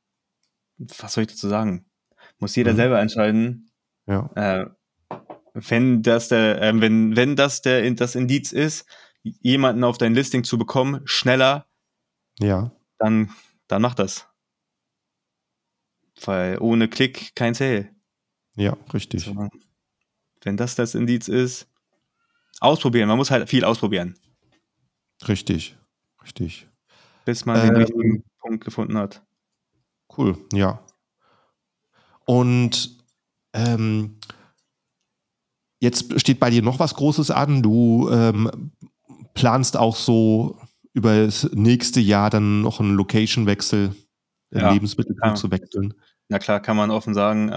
Speaker 2: Was soll ich dazu sagen? Muss jeder
Speaker 1: Mhm.
Speaker 2: selber entscheiden.
Speaker 1: Ja,
Speaker 2: Äh, wenn das Indiz ist, jemanden auf dein Listing zu bekommen, schneller,
Speaker 1: ja,
Speaker 2: dann mach das. Weil ohne Klick kein Sale.
Speaker 1: ja, richtig.
Speaker 2: So, wenn das Indiz ist, ausprobieren. Man muss halt viel ausprobieren,
Speaker 1: Richtig, richtig.
Speaker 2: bis man den
Speaker 1: Ähm,
Speaker 2: richtigen Punkt gefunden hat.
Speaker 1: cool, ja. Und ähm, jetzt steht bei dir noch was Großes an. Du planst auch so über das nächste Jahr dann noch einen Location-Wechsel, deinen
Speaker 2: Ja,
Speaker 1: Lebensmittelpunkt zu wechseln.
Speaker 2: na klar, kann man offen sagen.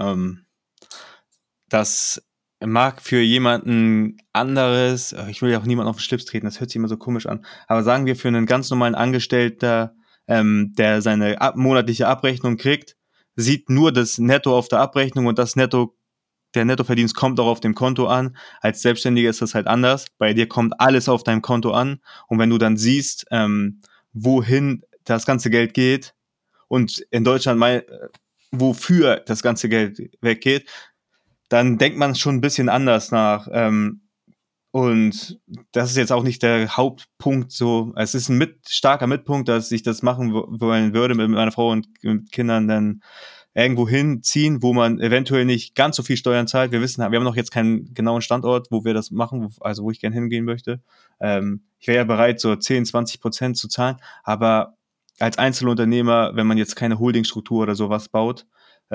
Speaker 2: Das mag für jemanden anderes, ich will ja auch niemanden auf den Schlips treten, das hört sich immer so komisch an, aber sagen wir für einen ganz normalen Angestellter, der seine monatliche Abrechnung kriegt, sieht nur das Netto auf der Abrechnung und der Nettoverdienst kommt auch auf dem Konto an. Als Selbstständiger ist das halt anders. Bei dir kommt alles auf deinem Konto an und wenn du dann siehst, wohin das ganze Geld geht und in Deutschland wofür das ganze Geld weggeht, dann denkt man schon ein bisschen anders nach. Und das ist jetzt auch nicht der Hauptpunkt so. Es ist ein starker Mitpunkt, dass ich das machen wollen würde mit meiner Frau und mit Kindern dann irgendwo hinziehen, wo man eventuell nicht ganz so viel Steuern zahlt. Wir haben noch jetzt keinen genauen Standort, wo wir das machen, also wo ich gerne hingehen möchte. Ich wäre ja bereit, so 10-20% zu zahlen, aber als Einzelunternehmer, wenn man jetzt keine Holdingstruktur oder sowas baut,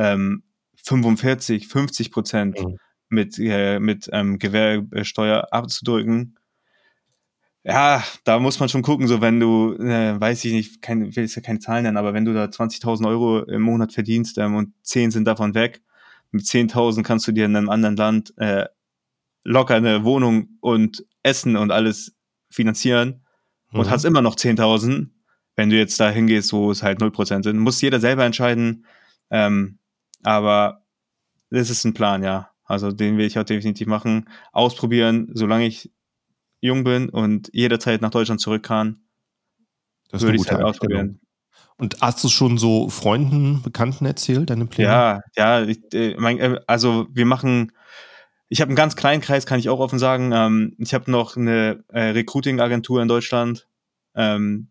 Speaker 2: 45-50%
Speaker 1: Mhm.
Speaker 2: mit Gewerbesteuer abzudrücken. Ja, da muss man schon gucken, so wenn du, weiß ich nicht, will jetzt ja keine Zahlen nennen, aber wenn du da 20.000 Euro im Monat verdienst und 10 sind davon weg, mit 10.000 kannst du dir in einem anderen Land locker eine Wohnung und Essen und alles finanzieren und hast
Speaker 1: Mhm.
Speaker 2: immer noch 10.000, wenn du jetzt da hingehst, wo es halt 0% sind. Muss jeder selber entscheiden, aber das ist ein Plan, ja. Also den will ich auch definitiv machen. Ausprobieren, solange ich jung bin und jederzeit nach Deutschland zurück kann,
Speaker 1: Das ist eine
Speaker 2: würde ich es
Speaker 1: gute
Speaker 2: halt
Speaker 1: Einstellung.
Speaker 2: ausprobieren.
Speaker 1: Und hast du schon so Freunden, Bekannten erzählt, deine Pläne?
Speaker 2: Ja, also ich habe einen ganz kleinen Kreis, kann ich auch offen sagen. Ich habe noch eine Recruiting-Agentur in Deutschland, ähm,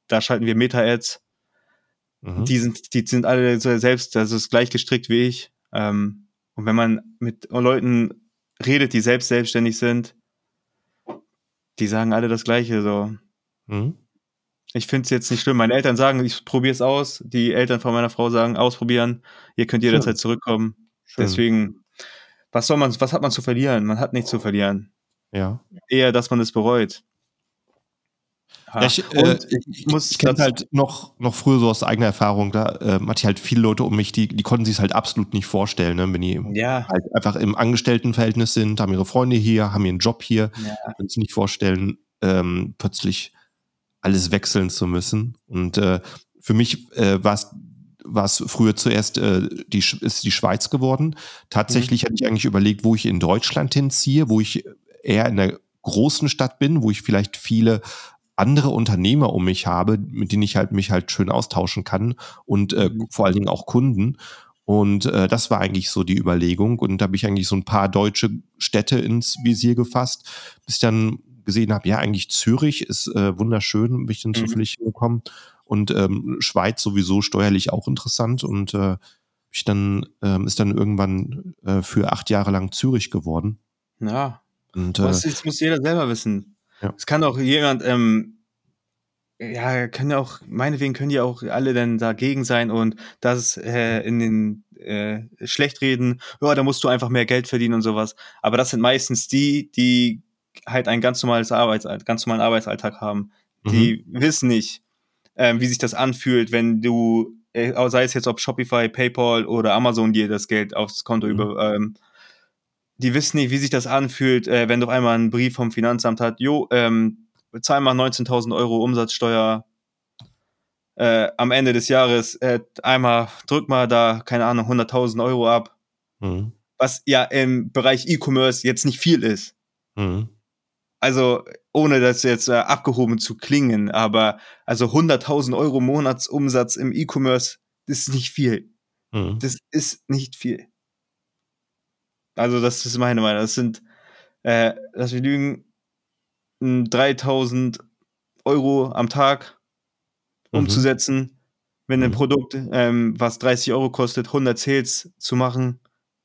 Speaker 2: da schalten wir Meta-Ads.
Speaker 1: Mhm.
Speaker 2: Die sind alle so selbst, das ist gleich gestrickt wie ich. Und wenn man mit Leuten redet, die selbstständig sind, die sagen alle das Gleiche. So.
Speaker 1: Mhm.
Speaker 2: Ich finde es jetzt nicht schlimm. Meine Eltern sagen, ich probiere es aus. Die Eltern von meiner Frau sagen, ausprobieren. Ihr könnt
Speaker 1: Schön,
Speaker 2: jederzeit zurückkommen.
Speaker 1: schön.
Speaker 2: Deswegen, was hat man zu verlieren? Man hat nichts zu verlieren.
Speaker 1: Ja.
Speaker 2: Eher, dass man es bereut.
Speaker 1: Ja,
Speaker 2: Ja. Und ich
Speaker 1: ich
Speaker 2: muss
Speaker 1: kenne es
Speaker 2: dazu,
Speaker 1: halt noch früher so aus eigener Erfahrung, da hatte ich halt viele Leute um mich, die konnten sich halt absolut nicht vorstellen, ne? Wenn die
Speaker 2: ja,
Speaker 1: halt einfach im Angestelltenverhältnis sind, haben ihre Freunde hier, haben ihren Job hier,
Speaker 2: ja,
Speaker 1: können sich nicht vorstellen, plötzlich alles wechseln zu müssen. Und für mich war es früher zuerst ist die Schweiz geworden.
Speaker 2: mhm,
Speaker 1: Tatsächlich hatte ich eigentlich überlegt, wo ich in Deutschland hinziehe, wo ich eher in der großen Stadt bin, wo ich vielleicht viele andere Unternehmer um mich habe, mit denen ich halt mich halt schön austauschen kann und
Speaker 2: mhm,
Speaker 1: vor allen Dingen auch Kunden. Und das war eigentlich so die Überlegung. Und da habe ich eigentlich so ein paar deutsche Städte ins Visier gefasst, bis ich dann gesehen habe, ja, eigentlich Zürich ist wunderschön, bin ich dann
Speaker 2: mhm.
Speaker 1: zufällig hingekommen. Und Schweiz sowieso steuerlich auch interessant. Und ist dann irgendwann für 8 Jahre lang Zürich geworden.
Speaker 2: Ja.
Speaker 1: Und
Speaker 2: Aber es muss jeder selber wissen.
Speaker 1: ja.
Speaker 2: Es kann auch jemand, ja, können ja auch, meinetwegen können die auch alle dann dagegen sein und das in den schlecht reden, ja, da musst du einfach mehr Geld verdienen und sowas. Aber das sind meistens die halt ein ganz normalen Arbeitsalltag haben.
Speaker 1: Mhm.
Speaker 2: Die wissen nicht, wie sich das anfühlt, wenn du, sei es jetzt ob Shopify, PayPal oder Amazon dir das Geld aufs Konto
Speaker 1: Mhm.
Speaker 2: die wissen nicht, wie sich das anfühlt, wenn doch einmal ein Brief vom Finanzamt hat, jo, bezahl mal 19.000 Euro Umsatzsteuer am Ende des Jahres, einmal drück mal da, keine Ahnung, 100.000 Euro ab,
Speaker 1: Mhm.
Speaker 2: was ja im Bereich E-Commerce jetzt nicht viel ist.
Speaker 1: Mhm.
Speaker 2: Also ohne das jetzt abgehoben zu klingen, aber also 100.000 Euro Monatsumsatz im E-Commerce ist nicht viel.
Speaker 1: Mhm.
Speaker 2: Das ist nicht viel. Also das ist meine Meinung. Das sind, lass mich lügen, 3.000 Euro am Tag
Speaker 1: Mhm.
Speaker 2: umzusetzen, wenn ein
Speaker 1: Mhm.
Speaker 2: Produkt, was 30 Euro kostet, 100 Sales zu machen.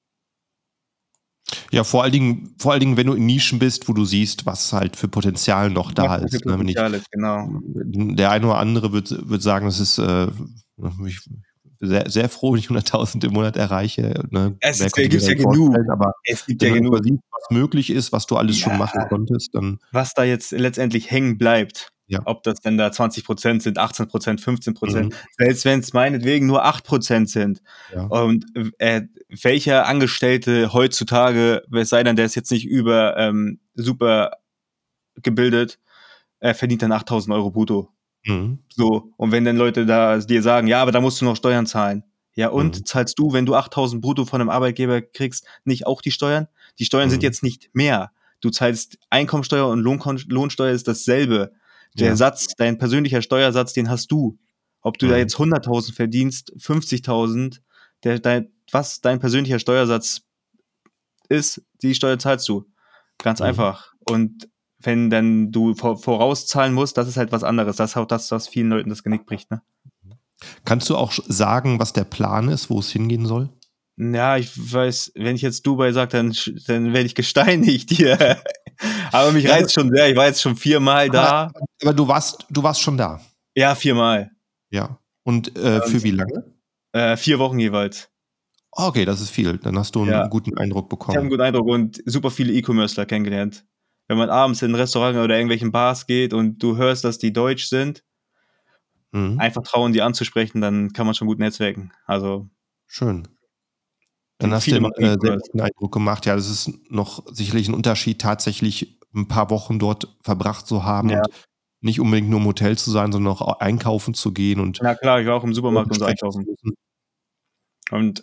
Speaker 1: Ja, vor allen Dingen, wenn du in Nischen bist, wo du siehst, was halt für Potenzial noch
Speaker 2: Was
Speaker 1: da
Speaker 2: da für
Speaker 1: ist, ne? Wenn ich
Speaker 2: Potenzial ist, genau.
Speaker 1: der eine oder andere wird sagen, das ist ich sehr froh, wenn ich 100.000 im Monat erreiche, ne?
Speaker 2: Es
Speaker 1: Wer
Speaker 2: ist
Speaker 1: könnte mir
Speaker 2: gibt's ja
Speaker 1: das
Speaker 2: genug.
Speaker 1: vorstellen, aber
Speaker 2: Es gibt
Speaker 1: wenn
Speaker 2: ja
Speaker 1: du
Speaker 2: genug.
Speaker 1: aber siehst, was möglich ist, was du alles schon
Speaker 2: Ja,
Speaker 1: machen konntest, dann
Speaker 2: was da jetzt letztendlich hängen bleibt,
Speaker 1: ja.
Speaker 2: ob das denn da 20% sind, 18%, 15%,
Speaker 1: Mhm.
Speaker 2: selbst wenn's meinetwegen nur 8% sind.
Speaker 1: Ja.
Speaker 2: Und, welcher Angestellte heutzutage, es sei denn, der ist jetzt nicht super gebildet, verdient dann 8.000 Euro brutto.
Speaker 1: Mhm.
Speaker 2: So, und wenn dann Leute da dir sagen: „Ja, aber da musst du noch Steuern zahlen.“ Ja
Speaker 1: Mhm.
Speaker 2: und? Zahlst du, wenn du 8.000 brutto von 'nem Arbeitgeber kriegst, nicht auch die Steuern? Die Steuern sind
Speaker 1: Mhm.
Speaker 2: jetzt nicht mehr. Du zahlst Einkommensteuer und Lohnsteuer ist dasselbe. Der
Speaker 1: Ja.
Speaker 2: Satz, dein persönlicher Steuersatz, den hast du. Ob du da
Speaker 1: Mhm.
Speaker 2: jetzt 100.000 verdienst, 50.000, was dein persönlicher Steuersatz ist, die Steuer zahlst du. Ganz
Speaker 1: Mhm.
Speaker 2: einfach. Und wenn dann du vorauszahlen musst, das ist halt was anderes. Das ist auch das, was vielen Leuten das Genick bricht, ne?
Speaker 1: Kannst du auch sagen, was der Plan ist, wo es hingehen soll?
Speaker 2: Ja, ich weiß, wenn ich jetzt Dubai sage, dann werde ich gesteinigt hier. Aber mich
Speaker 1: Ja,
Speaker 2: reizt schon sehr. Ich war jetzt schon 4-mal
Speaker 1: aber
Speaker 2: da.
Speaker 1: aber du warst schon da?
Speaker 2: Ja, 4-mal.
Speaker 1: Ja. Und für
Speaker 2: Und,
Speaker 1: wie lange?
Speaker 2: 4 Wochen jeweils.
Speaker 1: Okay, das ist viel. Dann hast du 'n
Speaker 2: Ja,
Speaker 1: guten Eindruck
Speaker 2: ich habe 'n
Speaker 1: bekommen.
Speaker 2: guten Eindruck und super viele E-Commercer kennengelernt. Wenn man abends in 'n Restaurant oder irgendwelchen Bars geht und du hörst, dass die deutsch sind,
Speaker 1: Mhm.
Speaker 2: einfach trauen, die anzusprechen, dann kann man schon gut netzwerken. Also,
Speaker 1: Schön. Dann
Speaker 2: sind
Speaker 1: hast du
Speaker 2: viele
Speaker 1: 'n
Speaker 2: machen
Speaker 1: sehr
Speaker 2: E-Commerce.
Speaker 1: guten Eindruck gemacht. Ja, das ist noch sicherlich 'n Unterschied, tatsächlich 'n paar Wochen dort verbracht zu haben
Speaker 2: Ja,
Speaker 1: und nicht unbedingt nur im Hotel zu sein, sondern auch einkaufen zu gehen und
Speaker 2: na klar, ich war auch im
Speaker 1: mit
Speaker 2: Supermarkt
Speaker 1: Leuten
Speaker 2: und so
Speaker 1: sprechen zu
Speaker 2: einkaufen.
Speaker 1: müssen.
Speaker 2: Und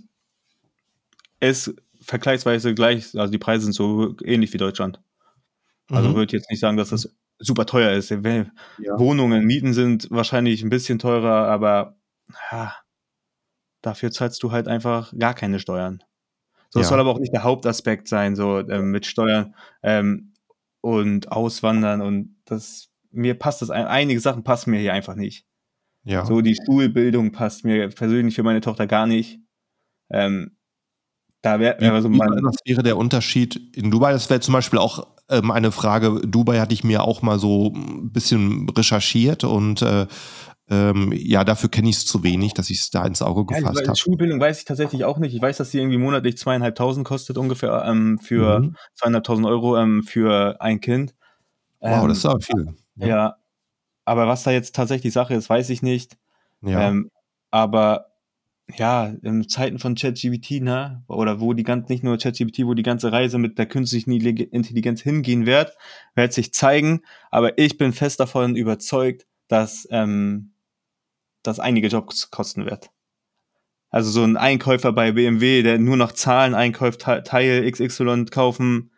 Speaker 2: ist vergleichsweise gleich, also die Preise sind so ähnlich wie Deutschland. Also
Speaker 1: Mhm.
Speaker 2: würde jetzt nicht sagen, dass das super teuer ist.
Speaker 1: Ja,
Speaker 2: Wohnungen, Mieten sind wahrscheinlich 'n bisschen teurer, aber ja, dafür zahlst du halt einfach gar keine Steuern. So, das soll
Speaker 1: ja.
Speaker 2: aber auch nicht der Hauptaspekt sein, so, mit Steuern, und Auswandern und das mir passt einige Sachen passen mir hier einfach nicht.
Speaker 1: Ja.
Speaker 2: So die Schulbildung passt mir persönlich für meine Tochter gar nicht.
Speaker 1: Was wäre der Unterschied in Dubai? Das wäre zum Beispiel auch eine Frage. Dubai hatte ich mir auch mal so ein bisschen recherchiert und dafür kenne ich es zu wenig, dass ich es da ins Auge gefasst habe.
Speaker 2: Schulbildung weiß ich tatsächlich auch nicht. Ich weiß, dass die irgendwie monatlich 2.500 kostet ungefähr für 2.500 Euro für ein Kind.
Speaker 1: Wow, das ist aber viel.
Speaker 2: Ja, aber was da jetzt tatsächlich Sache ist, weiß ich nicht.
Speaker 1: Ja.
Speaker 2: Aber ja, in Zeiten von ChatGPT, ne, oder nicht nur ChatGPT, wo die ganze Reise mit der künstlichen Intelligenz hingehen wird sich zeigen. Aber ich bin fest davon überzeugt, dass das einige Jobs kosten wird. Also so ein Einkäufer bei BMW, der nur noch Zahlen einkauft, Teil XY kaufen,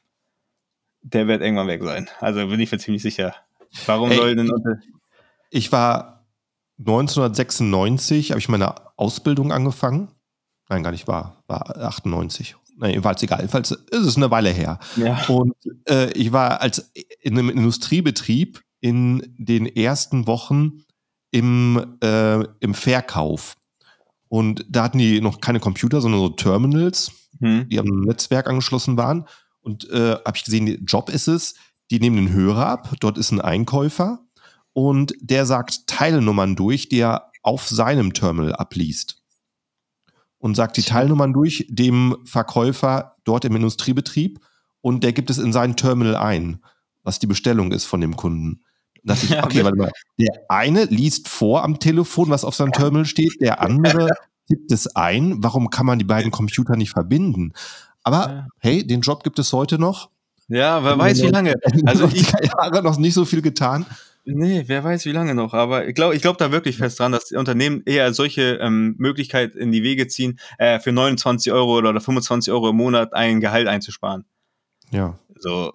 Speaker 2: der wird irgendwann weg sein. Also bin ich mir ziemlich sicher. Warum soll denn...
Speaker 1: Ich war 1996, habe ich meine Ausbildung angefangen. Nein, gar nicht, war 98. Nein, jedenfalls egal. Jedenfalls ist es eine Weile her.
Speaker 2: Ja.
Speaker 1: Und ich war in einem Industriebetrieb in den ersten Wochen im Verkauf. Und da hatten die noch keine Computer, sondern so Terminals, die am Netzwerk angeschlossen waren. Und habe ich gesehen, der Job ist es, die nehmen den Hörer ab, dort ist ein Einkäufer und der sagt Teilnummern durch, die er auf seinem Terminal abliest. Und sagt die Teilnummern durch dem Verkäufer dort im Industriebetrieb und der gibt es in sein Terminal ein, was die Bestellung ist von dem Kunden. Da dachte ich, okay, warte mal, der eine liest vor am Telefon, was auf seinem Terminal steht, der andere tippt es ein. Warum kann man die beiden Computer nicht verbinden? Aber hey, den Job gibt es heute noch.
Speaker 2: Ja, wer weiß wie lange.
Speaker 1: Also ich habe noch nicht so viel getan.
Speaker 2: Nee, wer weiß wie lange noch, aber ich glaub da wirklich fest dran, dass die Unternehmen eher solche Möglichkeit in die Wege ziehen, für 29 Euro oder 25 Euro im Monat ein Gehalt einzusparen.
Speaker 1: Ja.
Speaker 2: So.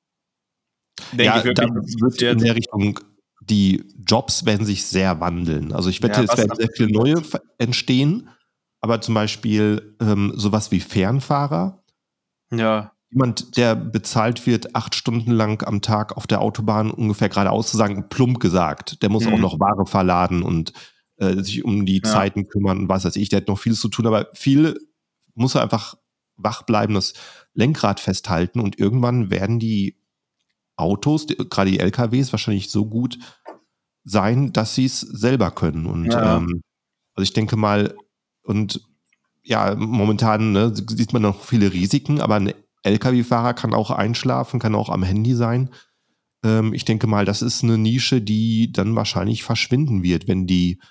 Speaker 1: Denke ich wirklich, da wird in der Richtung, die Jobs werden sich sehr wandeln. Also ich wette, es werden sehr viele neue entstehen, aber zum Beispiel sowas wie Fernfahrer.
Speaker 2: Ja.
Speaker 1: Jemand, der bezahlt wird, 8 Stunden lang am Tag auf der Autobahn ungefähr geradeaus zu sagen, plump gesagt. Der muss auch noch Ware verladen und sich um die Zeiten kümmern und was weiß ich. Der hat noch vieles zu tun, aber viel muss er einfach wach bleiben, das Lenkrad festhalten und irgendwann werden die Autos, gerade die LKWs, wahrscheinlich so gut sein, dass sie es selber können. Und also ich denke mal, und ja, momentan sieht man noch viele Risiken, aber ein LKW-Fahrer kann auch einschlafen, kann auch am Handy sein. Ich denke mal, das ist eine Nische, die dann wahrscheinlich verschwinden wird, wenn die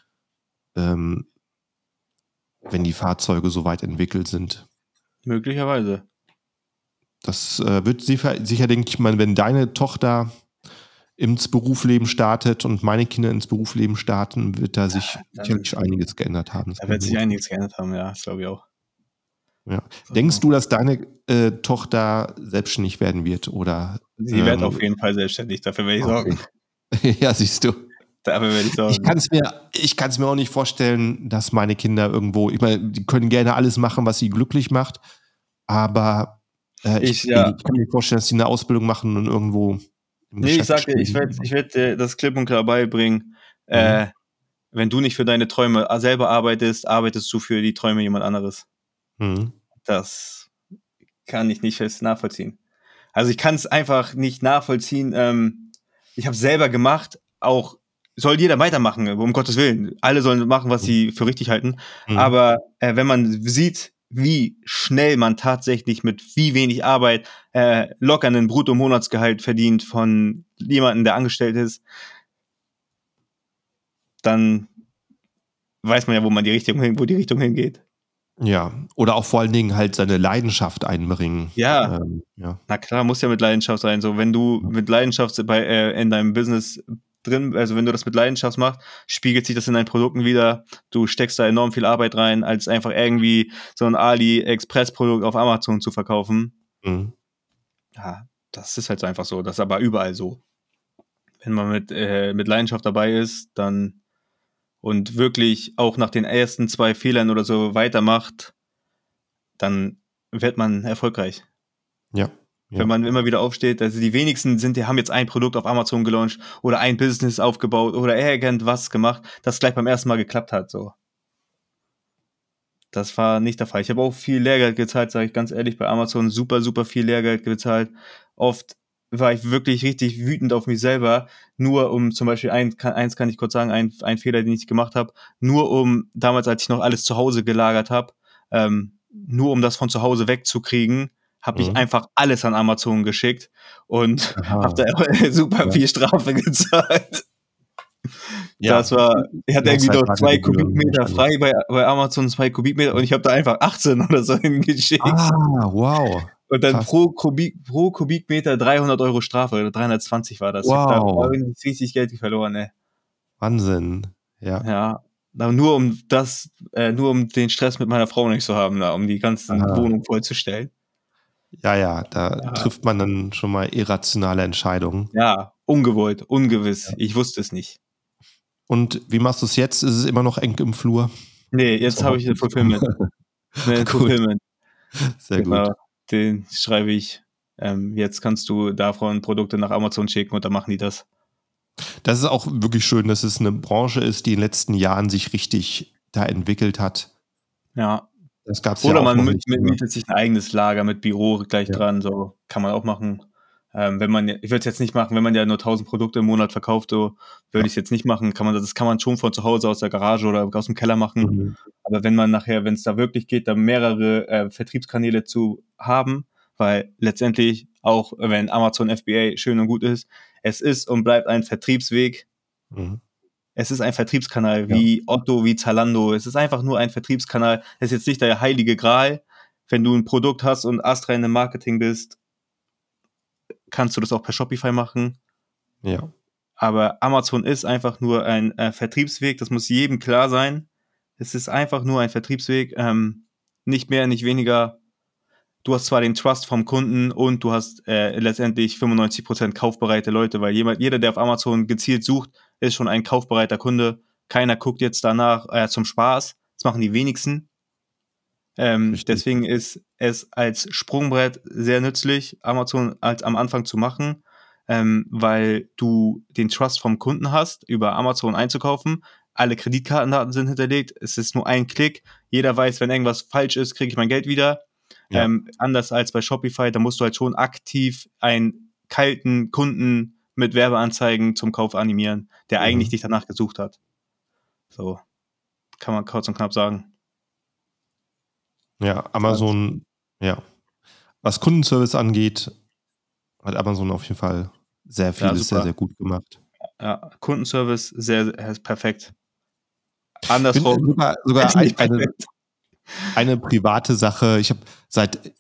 Speaker 1: Fahrzeuge so weit entwickelt sind.
Speaker 2: Möglicherweise.
Speaker 1: Das wird sicher, denke ich mal, wenn deine Tochter ins Berufsleben startet und meine Kinder ins Berufsleben starten, wird da sich sicherlich einiges geändert haben.
Speaker 2: Da wird sich einiges geändert haben, ja, das glaube ich auch.
Speaker 1: Ja. Denkst du, dass deine Tochter selbstständig werden wird? Oder,
Speaker 2: sie wird auf jeden Fall selbstständig, dafür werde ich sorgen.
Speaker 1: Ja, siehst du.
Speaker 2: Dafür werde ich sorgen.
Speaker 1: Ich kann es mir auch nicht vorstellen, dass meine Kinder irgendwo, ich meine, die können gerne alles machen, was sie glücklich macht, aber ich kann mir vorstellen, dass sie eine Ausbildung machen und irgendwo im
Speaker 2: ich
Speaker 1: Geschäft
Speaker 2: sagte, ich werd das klipp und klar beibringen. Wenn du nicht für deine Träume selber arbeitest du für die Träume jemand anderes. Das kann ich nicht fest nachvollziehen. Also ich kann es einfach nicht nachvollziehen. Ich habe es selber gemacht, auch soll jeder weitermachen, um Gottes Willen. Alle sollen machen, was sie für richtig halten. Aber wenn man sieht, wie schnell man tatsächlich mit wie wenig Arbeit locker einen Brutto-Monatsgehalt verdient von jemandem, der angestellt ist, dann weiß man ja, wo die Richtung hingeht.
Speaker 1: Ja, oder auch vor allen Dingen halt seine Leidenschaft einbringen.
Speaker 2: Ja. Na klar, muss ja mit Leidenschaft sein. So, wenn du mit Leidenschaft in deinem Business drin, also wenn du das mit Leidenschaft machst, spiegelt sich das in deinen Produkten wieder. Du steckst da enorm viel Arbeit rein, als einfach irgendwie so ein AliExpress-Produkt auf Amazon zu verkaufen. Ja, das ist halt einfach so. Das ist aber überall so. Wenn man mit Leidenschaft dabei ist, dann und wirklich auch nach den ersten 2 Fehlern oder so weitermacht, dann wird man erfolgreich.
Speaker 1: Ja.
Speaker 2: Wenn man immer wieder aufsteht, also die wenigsten haben jetzt ein Produkt auf Amazon gelauncht oder ein Business aufgebaut oder irgendwas gemacht, das gleich beim ersten Mal geklappt hat, so. Das war nicht der Fall. Ich habe auch viel Lehrgeld gezahlt, sage ich ganz ehrlich, bei Amazon super, super viel Lehrgeld gezahlt. Oft war ich wirklich richtig wütend auf mich selber, nur um zum Beispiel, eins kann ich kurz sagen, ein Fehler, den ich gemacht habe, nur um, damals, als ich noch alles zu Hause gelagert habe, nur um das von zu Hause wegzukriegen, habe ich einfach alles an Amazon geschickt und habe da super viel Strafe gezahlt.
Speaker 1: Ja,
Speaker 2: Das war, ich hatte irgendwie noch 2 Kubikmeter frei bei Amazon, 2 Kubikmeter und ich habe da einfach 18 oder so hingeschickt.
Speaker 1: Wow.
Speaker 2: Und dann pro Kubikmeter 300 € Strafe oder 320 war das. Ich habe da richtig Geld verloren, ey.
Speaker 1: Wahnsinn. Ja.
Speaker 2: Ja, nur um den Stress mit meiner Frau nicht zu haben, um die ganzen Wohnung vollzustellen.
Speaker 1: Ja, da trifft man dann schon mal irrationale Entscheidungen.
Speaker 2: Ja, ungewollt, ungewiss.
Speaker 1: Ja.
Speaker 2: Ich wusste es nicht.
Speaker 1: Und wie machst du es jetzt? Ist es immer noch eng im Flur?
Speaker 2: Nee, jetzt habe ich ein Fulfillment. Fulfillment.
Speaker 1: Sehr gut.
Speaker 2: Den schreibe ich. Jetzt kannst du davon Produkte nach Amazon schicken und dann machen die das. Das
Speaker 1: ist auch wirklich schön, dass es eine Branche ist, die in den letzten Jahren sich richtig da entwickelt hat.
Speaker 2: Ja.
Speaker 1: Das gab's
Speaker 2: Oder
Speaker 1: ja auch
Speaker 2: man mietet sich ein eigenes Lager mit Büro gleich dran, so kann man auch machen. Ich würde es jetzt nicht machen, wenn man ja nur 1000 Produkte im Monat verkauft, so würde ich es jetzt nicht machen. Das kann man schon von zu Hause aus der Garage oder aus dem Keller machen. Aber wenn man nachher, wenn es da wirklich geht, da mehrere Vertriebskanäle zu haben, weil letztendlich auch, wenn Amazon FBA schön und gut ist, es ist und bleibt ein Vertriebsweg. Es ist ein Vertriebskanal wie Otto, wie Zalando. Es ist einfach nur ein Vertriebskanal. Es ist jetzt nicht der heilige Gral. Wenn du ein Produkt hast und astrein im Marketing bist, kannst du das auch per Shopify machen.
Speaker 1: Ja.
Speaker 2: Aber Amazon ist einfach nur ein Vertriebsweg. Das muss jedem klar sein. Es ist einfach nur ein Vertriebsweg. Nicht mehr, nicht weniger. Du hast zwar den Trust vom Kunden und du hast letztendlich 95% kaufbereite Leute, weil jeder, der auf Amazon gezielt sucht, ist schon ein kaufbereiter Kunde. Keiner guckt jetzt danach zum Spaß. Das machen die wenigsten. Deswegen ist es als Sprungbrett sehr nützlich, Amazon am Anfang zu machen, weil du den Trust vom Kunden hast, über Amazon einzukaufen. Alle Kreditkartendaten sind hinterlegt. Es ist nur ein Klick. Jeder weiß, wenn irgendwas falsch ist, kriege ich mein Geld wieder. Ja. Anders als bei Shopify, da musst du halt schon aktiv einen kalten Kunden mit Werbeanzeigen zum Kauf animieren, der eigentlich dich danach gesucht hat. So, kann man kurz und knapp sagen.
Speaker 1: Ja, Amazon, was Kundenservice angeht, hat Amazon auf jeden Fall sehr vieles sehr, sehr gut gemacht.
Speaker 2: Ja, Kundenservice sehr perfekt. Andersrum.
Speaker 1: Sogar eine private Sache. Ich habe seit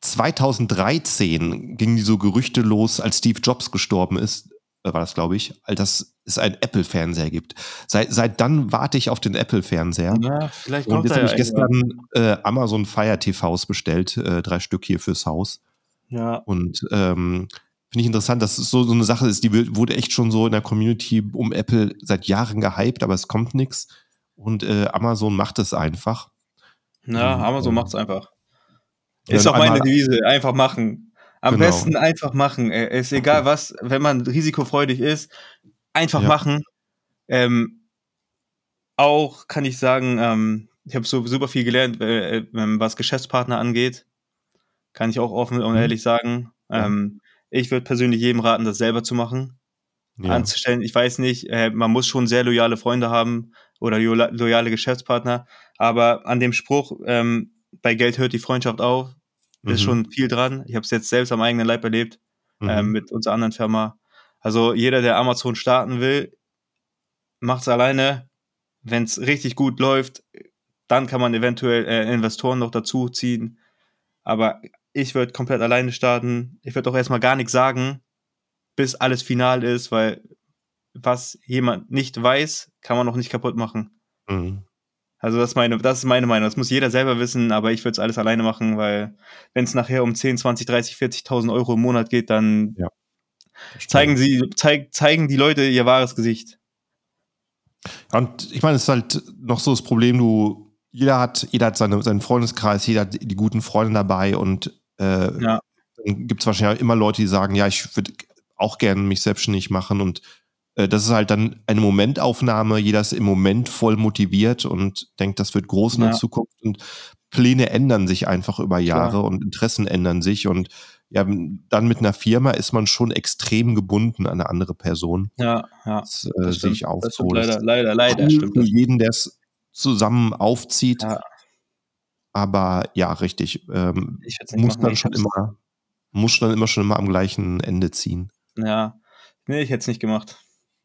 Speaker 1: 2013 gingen die so Gerüchte los, als Steve Jobs gestorben ist, war das, glaube ich, dass es einen Apple-Fernseher gibt. Seit dann warte ich auf den Apple-Fernseher.
Speaker 2: Ja, vielleicht
Speaker 1: und jetzt habe ich gestern Amazon Fire TVs bestellt, 3 Stück hier fürs Haus.
Speaker 2: Ja.
Speaker 1: Und finde ich interessant, dass es so eine Sache ist, die wurde echt schon so in der Community um Apple seit Jahren gehypt, aber es kommt nichts. Und Amazon macht es einfach.
Speaker 2: Ja, Amazon macht es einfach. Ist auch meine Devise, einfach machen. Am besten einfach machen. Ist egal was, wenn man risikofreudig ist, einfach machen. Auch kann ich sagen, ich habe so super viel gelernt, was Geschäftspartner angeht. Kann ich auch offen und ehrlich sagen. Ich würde persönlich jedem raten, das selber zu machen. Anzustellen. Ich weiß nicht, man muss schon sehr loyale Freunde haben oder loyale Geschäftspartner. Aber an dem Spruch, bei Geld hört die Freundschaft auf, ist schon viel dran. Ich habe es jetzt selbst am eigenen Leib erlebt, mit unserer anderen Firma. Also jeder, der Amazon starten will, macht es alleine. Wenn es richtig gut läuft, dann kann man eventuell Investoren noch dazu ziehen. Aber ich würde komplett alleine starten. Ich würde auch erstmal gar nichts sagen, bis alles final ist, weil was jemand nicht weiß, kann man noch nicht kaputt machen. Also das ist meine Meinung. Das muss jeder selber wissen, aber ich würde es alles alleine machen, weil wenn es nachher um 10, 20, 30, 40.000 € im Monat geht, dann zeigen die Leute ihr wahres Gesicht.
Speaker 1: Und ich meine, es ist halt noch so das Problem, jeder hat seinen Freundeskreis, jeder hat die guten Freunde dabei und dann gibt es wahrscheinlich immer Leute, die sagen, ja, ich würde auch gerne mich selbstständig machen und das ist halt dann eine Momentaufnahme. Jeder ist im Moment voll motiviert und denkt, das wird groß in der
Speaker 2: Ja,
Speaker 1: Zukunft und Pläne ändern sich einfach über
Speaker 2: klar.
Speaker 1: Jahre und Interessen ändern sich und ja, dann mit einer Firma ist man schon extrem gebunden an eine andere Person.
Speaker 2: Ja,
Speaker 1: Das
Speaker 2: das
Speaker 1: sehe
Speaker 2: stimmt.
Speaker 1: ich auch
Speaker 2: Das
Speaker 1: so.
Speaker 2: stimmt
Speaker 1: Das
Speaker 2: leider,
Speaker 1: ist
Speaker 2: leider, leider
Speaker 1: cool
Speaker 2: stimmt
Speaker 1: für
Speaker 2: das.
Speaker 1: jeden, der es zusammen aufzieht,
Speaker 2: Ja,
Speaker 1: aber ja, richtig,
Speaker 2: ich würde es nicht machen. Ich habe es
Speaker 1: muss dann immer schon immer am gleichen Ende ziehen.
Speaker 2: ja. Ne, ich hätte es nicht gemacht.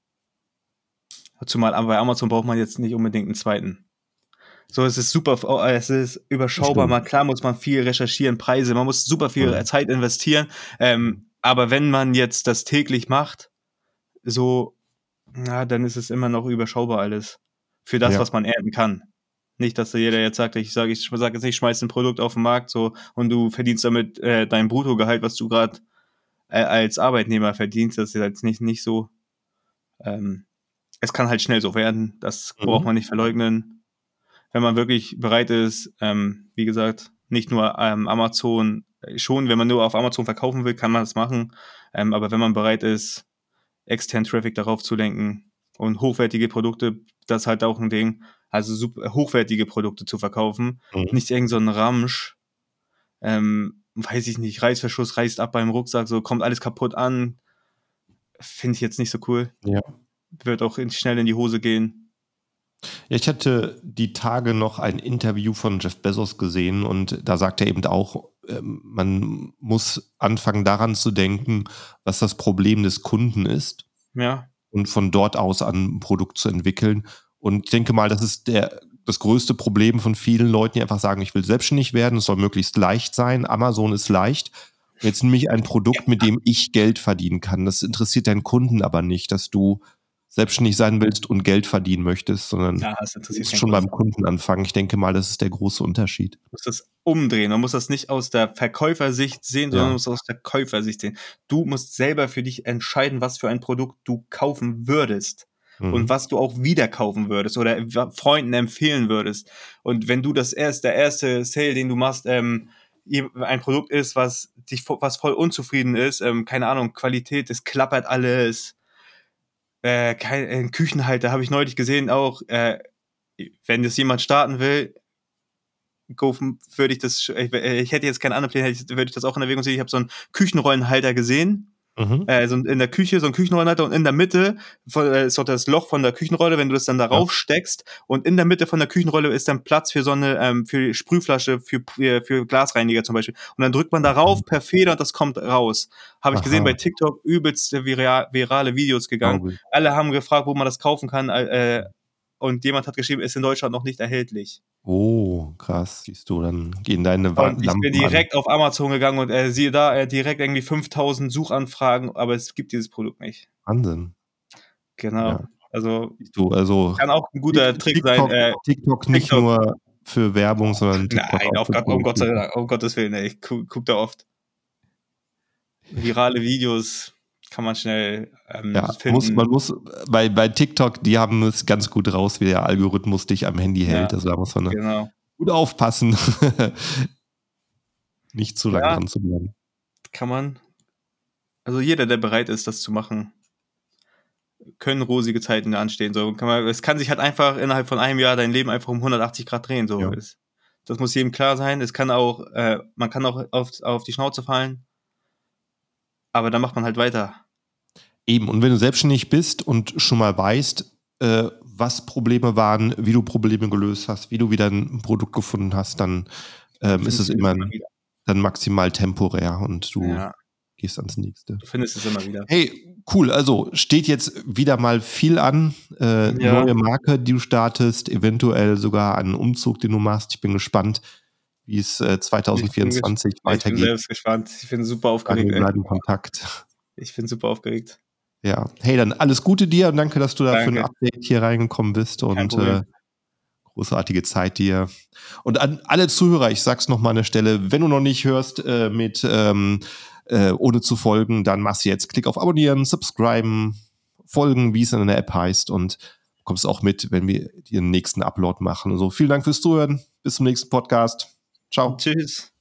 Speaker 2: Zumal bei Amazon braucht man jetzt nicht unbedingt 'n zweiten. So, es ist super es ist
Speaker 1: Das
Speaker 2: überschaubar.
Speaker 1: stimmt.
Speaker 2: Mal klar muss man viel recherchieren, Preise, man muss super viel
Speaker 1: Mhm.
Speaker 2: Zeit investieren. Aber wenn man jetzt das täglich macht, so, na, dann ist es immer noch überschaubar alles. Für das,
Speaker 1: Ja.
Speaker 2: was man ernten kann. Nicht, dass da jeder jetzt sagt, ich sage jetzt nicht, schmeiß 'n Produkt auf 'n Markt so und du verdienst damit, dein Bruttogehalt, was du grad, als Arbeitnehmer verdienst. Das ist jetzt nicht so. Ähm, Es kann halt schnell so werden. Das braucht
Speaker 1: Mhm.
Speaker 2: man nicht verleugnen. Wenn man wirklich bereit ist, wie gesagt, nicht nur Amazon, schon, wenn man nur auf Amazon verkaufen will, kann man das machen. Aber wenn man bereit ist, extern Traffic darauf zu lenken und hochwertige Produkte, das ist halt auch ein Ding, also super hochwertige Produkte zu verkaufen,
Speaker 1: Mhm.
Speaker 2: nicht irgend so 'n Ramsch, weiß ich nicht, Reißverschluss reißt ab beim Rucksack, so kommt alles kaputt an, finde ich jetzt nicht so cool.
Speaker 1: Ja.
Speaker 2: Wird auch schnell in die Hose gehen.
Speaker 1: Ja, ich hatte die Tage noch ein Interview von Jeff Bezos gesehen und da sagt er eben auch, man muss anfangen daran zu denken, was das Problem des Kunden ist
Speaker 2: Ja,
Speaker 1: und von dort aus an 'n Produkt zu entwickeln. Und ich denke mal, das ist das größte Problem von vielen Leuten, die einfach sagen: „Ich will selbstständig werden, es soll möglichst leicht sein. Amazon ist leicht. Jetzt nehme ich ein Produkt, mit dem ich Geld verdienen kann.“ Das interessiert deinen Kunden aber nicht, dass du selbstständig sein willst und Geld verdienen möchtest, sondern
Speaker 2: ja, das
Speaker 1: du
Speaker 2: interessiert
Speaker 1: musst
Speaker 2: keinen
Speaker 1: schon
Speaker 2: Kunden.
Speaker 1: beim Kunden anfangen. Ich denke mal, das ist der große Unterschied.
Speaker 2: Muss das umdrehen. Man muss das nicht aus der Verkäufersicht sehen, sondern man
Speaker 1: Ja.
Speaker 2: muss aus der Käufersicht sehen. Du musst selber für dich entscheiden, was für ein Produkt du kaufen würdest und
Speaker 1: Mhm.
Speaker 2: was du auch wieder kaufen würdest oder Freunden empfehlen würdest. Und wenn du der erste Sale, den du machst, ein Produkt ist, was voll unzufrieden ist, keine Ahnung, Qualität, es klappert alles, kein 'n Küchenhalter habe ich neulich gesehen auch, wenn das jemand starten will, würde ich das, ich hätte jetzt keinen anderen Plan, würde ich das auch in Erwägung ziehen. Ich habe so einen Küchenrollenhalter gesehen,
Speaker 1: Mhm.
Speaker 2: so in der Küche so 'n Küchenrollenhalter und in der Mitte ist doch das Loch von der Küchenrolle, wenn du das dann
Speaker 1: Ja.
Speaker 2: darauf steckst und in der Mitte von der Küchenrolle ist dann Platz für so 'ne, für Sprühflasche für Glasreiniger zum Beispiel. Und dann drückt man
Speaker 1: Mhm.
Speaker 2: darauf per Feder und das kommt raus. Habe ich gesehen bei
Speaker 1: Aha,
Speaker 2: TikTok, übelste virale Videos gegangen.
Speaker 1: glaube ich.
Speaker 2: Alle haben gefragt, wo man das kaufen kann, und jemand hat geschrieben, ist in Deutschland noch nicht erhältlich.
Speaker 1: Oh, krass, siehst du, dann gehen deine
Speaker 2: Und ich bin
Speaker 1: Lampen an.
Speaker 2: direkt auf Amazon gegangen und, siehe da, direkt irgendwie 5.000 Suchanfragen, aber es gibt dieses Produkt nicht.
Speaker 1: Wahnsinn. Ja,
Speaker 2: Genau. Also,
Speaker 1: siehst du, also
Speaker 2: kann auch 'n guter Trick sein,
Speaker 1: TikTok nicht
Speaker 2: TikTok.
Speaker 1: nur für Werbung, sondern TikTok
Speaker 2: Nein,
Speaker 1: auch
Speaker 2: auf
Speaker 1: für
Speaker 2: Gott, um Gott sei
Speaker 1: produktive.
Speaker 2: Dank, um Gottes Willen, ey, ich gucke da oft. Virale Videos kann man schnell,
Speaker 1: Ja, man
Speaker 2: finden.
Speaker 1: muss bei TikTok, die haben es ganz gut raus, wie der Algorithmus dich am Handy
Speaker 2: Ja,
Speaker 1: hält. Also, da muss man
Speaker 2: genau.
Speaker 1: gut aufpassen, nicht zu lang
Speaker 2: Ja,
Speaker 1: dran zu bleiben.
Speaker 2: kann man, also jeder, der bereit ist, das zu machen, können rosige Zeiten anstehen. So es kann sich halt einfach innerhalb von einem Jahr dein Leben einfach um 180 Grad drehen. So
Speaker 1: Ja.
Speaker 2: ist. Das muss jedem klar sein. Man kann auch auf die Schnauze fallen, aber dann macht man halt weiter.
Speaker 1: Eben, und wenn du selbstständig bist und schon mal weißt, was Probleme waren, wie du Probleme gelöst hast, wie du wieder ein Produkt gefunden hast, dann,
Speaker 2: Du
Speaker 1: ist es
Speaker 2: findest es
Speaker 1: immer
Speaker 2: immer wieder.
Speaker 1: dann maximal temporär und du
Speaker 2: Ja,
Speaker 1: gehst ans Nächste.
Speaker 2: du findest es immer wieder.
Speaker 1: Hey, cool. Also steht jetzt wieder mal viel an.
Speaker 2: Ja,
Speaker 1: Neue Marke, die du startest, eventuell sogar einen Umzug, den du machst. Ich bin gespannt, wie es
Speaker 2: ich
Speaker 1: 2024
Speaker 2: ich bin
Speaker 1: weitergeht.
Speaker 2: selbst gespannt. Ich bin super
Speaker 1: Sagen
Speaker 2: aufgeregt,
Speaker 1: wir
Speaker 2: ey.
Speaker 1: bleiben in Kontakt.
Speaker 2: Ich bin super aufgeregt.
Speaker 1: Ja. Hey, dann alles Gute dir und danke, dass du da für ein
Speaker 2: Danke,
Speaker 1: Update hier reingekommen bist
Speaker 2: kein
Speaker 1: und,
Speaker 2: Problem.
Speaker 1: großartige Zeit dir. Und an alle Zuhörer, ich sag's noch mal an der Stelle, wenn du noch nicht hörst, ohne zu folgen, dann mach's jetzt. Klick auf Abonnieren, Subscriben, Folgen, wie es in der App heißt und kommst auch mit, wenn wir den nächsten Upload machen. Also vielen Dank fürs Zuhören. Bis zum nächsten Podcast. Ciao.
Speaker 2: Tschüss.